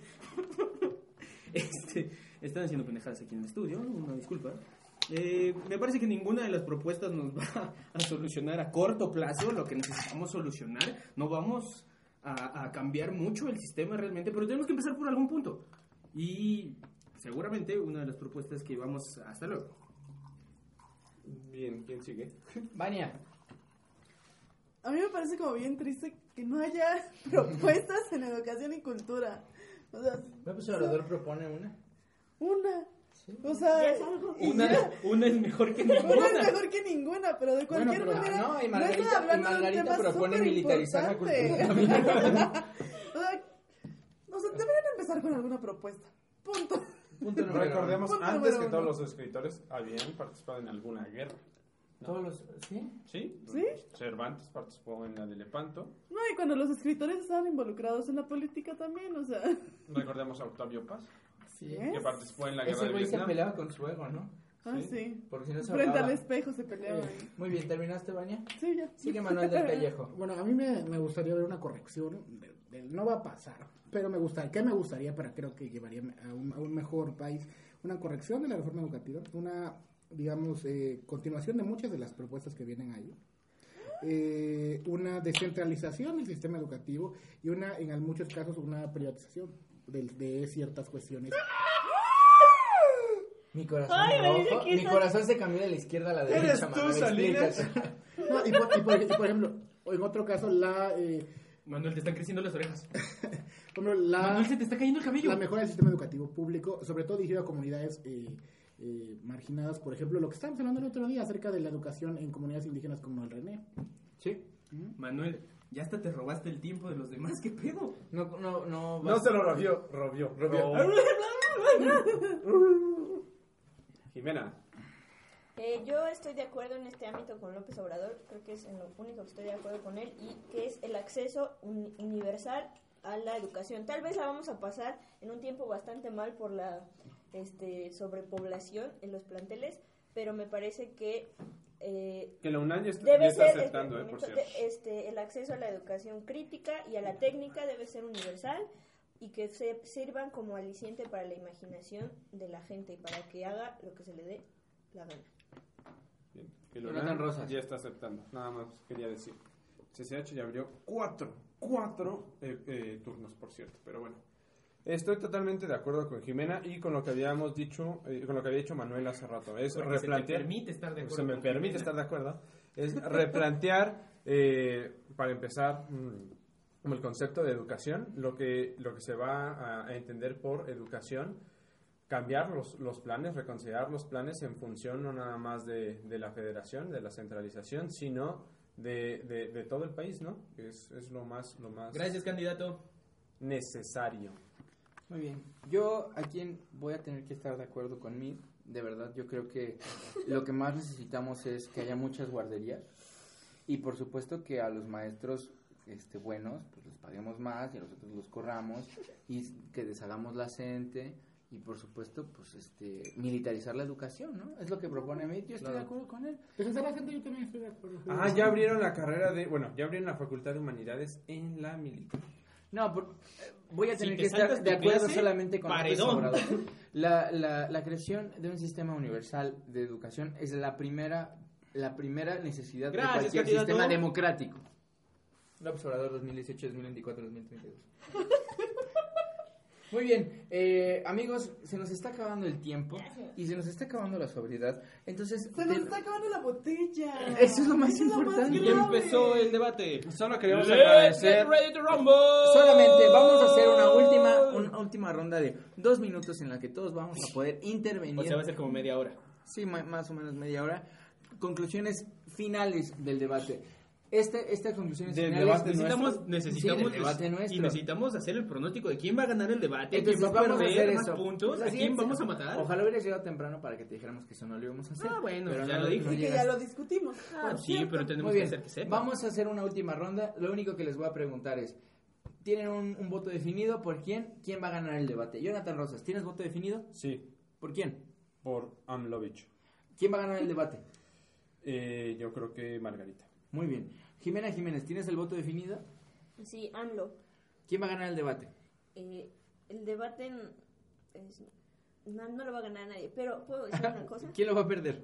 Están haciendo pendejadas aquí en el estudio, una disculpa. Me parece que ninguna de las propuestas nos va a solucionar a corto plazo lo que necesitamos solucionar. No vamos a cambiar mucho el sistema realmente, pero tenemos que empezar por algún punto. Y seguramente una de las propuestas que vamos... Hasta luego. Bien, ¿quién sigue? Vania. A mí me parece como bien triste que no haya propuestas en educación y cultura. O sea, López Obrador propone una. o sea, Ya es algo. Una es mejor que una ninguna. es mejor que ninguna, pero de cualquier pero- manera. No, y no estoy Margarita, hablando de un tema propone militarizar la superimportante. cultura. O sea, deberían empezar con alguna propuesta. Punto. Punto número uno. Recordemos Punto antes número que todos uno. los escritores habían participado en alguna guerra. Todos los... ¿Sí? ¿Sí? ¿Sí? Cervantes participó en la de Lepanto. No, y cuando los escritores estaban involucrados en la política también, o sea. Recordemos a Octavio Paz, Sí. que participó en la guerra Ese de güey se Vietnam. peleaba con su ego, ¿no? Ah, Sí. sí. Porque si no se Frente al ahogaba. espejo se peleaban. Muy bien, ¿terminaste, Vania? Sí, ya. Sigue Manuel del Pellejo. Bueno, a mí me gustaría ver una corrección. No va a pasar, pero me gustaría para creo que llevaría a un mejor país? Una corrección de la reforma educativa, una, digamos, continuación de muchas de las propuestas que vienen ahí. Una descentralización del sistema educativo y en muchos casos una privatización de ciertas cuestiones. Mi corazón Ay, rojo, ¿qué mi estás- corazón se cambió de la izquierda a la derecha. ¿Eres tú, Manuel, Salinas? explícate. No, y por ejemplo, o en otro caso Manuel, te están creciendo las orejas. Manuel, se te está cayendo el cabello. la mejora del sistema educativo público, sobre todo dirigido a comunidades marginadas. Por ejemplo, lo que estábamos hablando el otro día acerca de la educación en comunidades indígenas como el René. Sí. Manuel, ya hasta te robaste el tiempo de los demás, ¿qué pedo? No. No se lo robió. Jimena. Yo estoy de acuerdo en este ámbito con López Obrador, creo que es en lo único que estoy de acuerdo con él, y que es el acceso universal a la educación. Tal vez la vamos a pasar en un tiempo bastante mal por la sobrepoblación en los planteles, pero me parece que la UNAM ya está aceptando, por cierto. El acceso a la educación crítica y a la técnica debe ser universal y que se sirvan como aliciente para la imaginación de la gente y para que haga lo que se le dé la gana. Bien, que la UNAM ya está aceptando, nada más quería decir. CCH ya abrió cuatro turnos, por cierto, pero bueno. Estoy totalmente de acuerdo con Jimena y con lo que habíamos dicho, con lo que había dicho Manuel hace rato. Es replantear. Se me permite estar de acuerdo. Es replantear, para empezar, como el concepto de educación, lo que se va a entender por educación, cambiar los planes, reconsiderar los planes en función no nada más de la federación, de la centralización, sino de todo el país, ¿no? Es lo más Gracias, candidato. Necesario. Muy bien. Yo aquí voy a tener que estar de acuerdo con mí. De verdad, yo creo que lo que más necesitamos es que haya muchas guarderías y por supuesto que a los maestros buenos pues les paguemos más y a nosotros los corramos y que deshagamos la CENTE y por supuesto pues militarizar la educación, ¿no? Es lo que propone a mí. Yo estoy de acuerdo con él. Deshacer la CENTE yo también estoy de acuerdo. Ya abrieron la carrera ya abrieron la Facultad de Humanidades en la militar. No, voy a tener que estar de acuerdo solamente con la creación de un sistema universal de educación es la primera necesidad de cualquier sistema democrático. López Obrador 2018, 2024, 2032. Muy bien, amigos, se nos está acabando el tiempo y se nos está acabando la sobriedad. Entonces se nos está acabando la botella. Eso es lo más importante. Ya empezó el debate. Solo queremos agradecer. Solamente vamos a hacer una última ronda de 2 minutos en la que todos vamos a poder intervenir. O sea, va a ser como media hora. Sí, más o menos media hora. Conclusiones finales del debate. Estas conclusiones finales necesitamos hacer el pronóstico de quién va a ganar el debate, entonces, quién va a perder más puntos, a quién vamos a matar. Ojalá hubieras llegado temprano para que te dijéramos que eso no lo íbamos a hacer. Bueno, pero ya lo dije. Y que ya lo discutimos. Sí, pero tenemos que hacer que sepa. Vamos a hacer una última ronda. Lo único que les voy a preguntar es, ¿tienen un voto definido por quién? ¿Quién va a ganar el debate? Jonathan Rosas, ¿tienes voto definido? Sí. ¿Por quién? Por Amlovich. ¿Quién va a ganar el debate? Yo creo que Margarita. Muy bien. Jimena Jiménez, ¿tienes el voto definido? Sí, AMLO. ¿Quién va a ganar el debate? El debate no lo va a ganar nadie, pero ¿puedo decir una cosa? ¿Quién lo va a perder?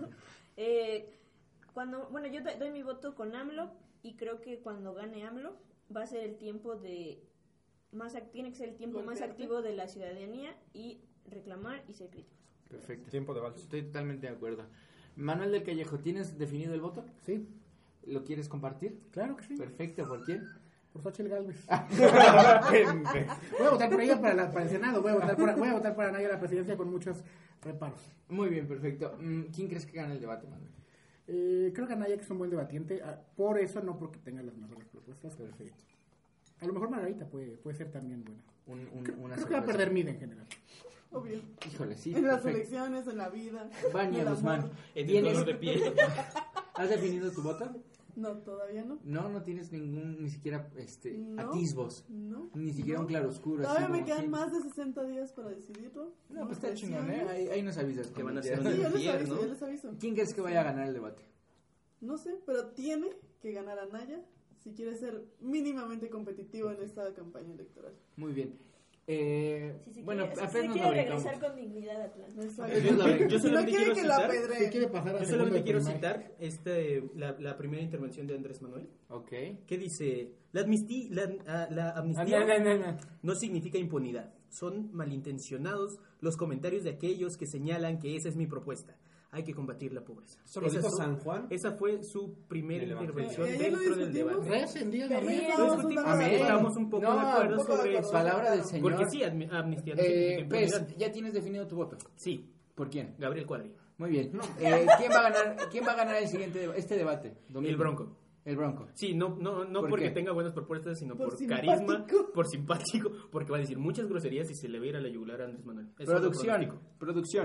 Yo doy mi voto con AMLO y creo que cuando gane AMLO va a ser el tiempo tiene que ser el tiempo más activo de la ciudadanía y reclamar y ser críticos. Perfecto. Tiempo de vals. Estoy totalmente de acuerdo. Manuel del Callejo, ¿tienes definido el voto? Sí. ¿Lo quieres compartir? Claro que sí. Perfecto, ¿por quién? Por Xochitl Gálvez. Voy a votar por ella para el Senado, voy a votar para Anaya la presidencia con muchos reparos. Muy bien, perfecto. ¿Quién crees que gana el debate, Manuel? Creo que Anaya que es un buen debatiente, por eso no porque tenga las mejores propuestas. Perfecto. A lo mejor Margarita puede ser también buena. Creo que va a perder Mide en general. Obvio. Híjole, sí. En las elecciones, en la vida. Vania Guzmán. En el color de piel. ¿Has definido tu voto? No, todavía no. No tienes ni siquiera atisbos. No. Ni siquiera un claroscuro. Todavía me quedan más de 60 días para decidirlo. No, pues está chingón, ¿eh? Ahí nos avisas. Que van a ser Sí, yo les aviso. ¿Quién crees que vaya a ganar el debate? No sé, pero tiene que ganar Anaya si quiere ser mínimamente competitivo en esta campaña electoral. Muy bien. Si quiere regresar con dignidad a Atlanta. Yo solamente quiero citar, yo solamente quiero citar la primera intervención de Andrés Manuel. Okay. Que dice, la amnistía no significa impunidad. Son malintencionados los comentarios de aquellos que señalan que esa es mi propuesta. Hay que combatir la pobreza. ¿Solo dijo San Juan? Esa fue su primera intervención dentro del debate. Estamos un poco de acuerdo sobre eso. Palabra del Señor. Porque sí, amnistía no significa impunidad. ¿Ya tienes definido tu voto? Sí. ¿Por quién? Gabriel Cuadri. Muy bien. ¿Quién va a ganar este debate? Domingo? El Bronco. El Bronco. Sí, no porque tenga buenas propuestas, sino por carisma, por simpático, porque va a decir muchas groserías y se le va a ir a la yugular a Andrés Manuel. Producción.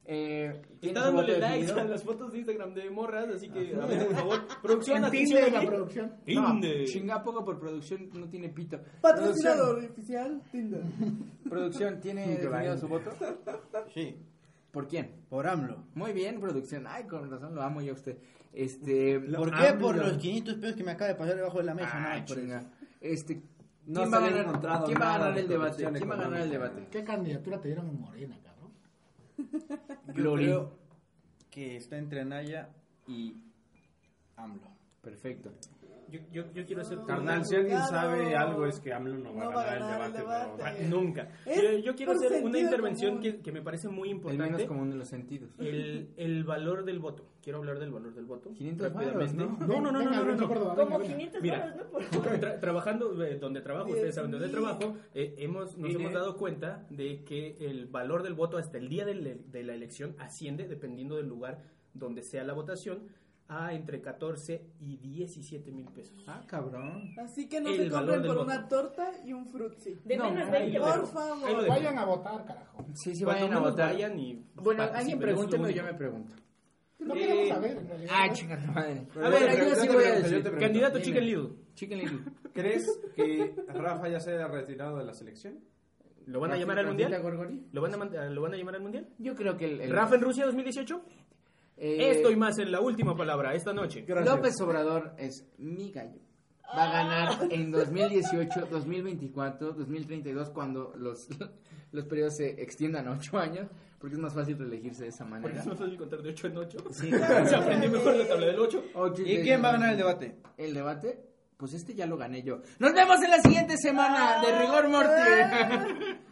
Está dándole likes a las fotos de Instagram de morras, así que, a ver, por favor, producción, En atención Tinder, aquí. la producción. Tinder. Chinga poco por producción, no tiene pito. Patrocinador oficial, Tinder. Producción, ¿tiene definido su voto? Sí. ¿Por quién? Por AMLO. Muy bien, producción. Ay, con razón lo amo yo a usted. ¿Por qué? Por los 500 pesos que me acaba de pasar debajo de la mesa. Ah, no, por chinga. eso. No ¿Quién se va a le ha ganar? encontrado ¿Quién va a nada ganar de el debate? producción ¿Quién va a ganar el económica. debate? ¿Qué candidatura te dieron en Morena, cabrón? Yo Glory. creo que está entre Anaya y AMLO. Perfecto. Yo quiero hacer... Carnal, si alguien Claro. sabe algo es que AMLO no va a ganar el debate. Ah, nunca. Es Yo quiero por hacer una sentido intervención común. que me parece muy El importante. menos común de los sentidos. El valor del voto. Quiero hablar del valor del voto. 500 rápidamente. varos, No, no, no, Venga, no, no, Alonso no. Córdoba, Como venga. 500 Mira, dólares, ¿no? Por trabajando donde trabajo, ustedes saben dónde 10,000. trabajo, nos hemos dado cuenta de que el valor del voto hasta el día de la elección asciende, dependiendo del lugar donde sea la votación, a entre 14 y 17 mil pesos. Ah, cabrón. Así que no El se valor compren del por voto. una torta y un frutzi. De No, menos no, 20 ahí lo Por dejo. favor. Ahí lo dejo. Vayan a votar, carajo. Sí, sí, Cuando vayan a menos votar. vayan y Bueno, participen, alguien es lo pregúnteme o único. yo me pregunto. No queremos saber, en realidad. Ah, chinga tu madre. Pero A yo ver, te yo pregunto, sí yo te voy a pregunto, decir. yo te pregunto. Candidato Dime. Chicken Little. Chicken Little. ¿Crees que Rafa ya se haya retirado de la selección? ¿Lo van a llamar al mundial? Gorgori? ¿Lo van a llamar al mundial? Yo creo que el ¿Rafa en Rusia 2018? Esto y más en la última palabra esta noche. López Obrador es mi gallo. Va a ganar en 2018, 2024, 2032, cuando los periodos se extiendan a 8 años, porque es más fácil reelegirse de esa Porque manera. es más fácil contar de 8 en 8. Sí, Se aprendí mejor la tabla del 8. ¿Y quién va a ganar el debate? ¿El debate? Pues este ya lo gané yo. ¡Nos vemos en la siguiente semana de Rigor Morty!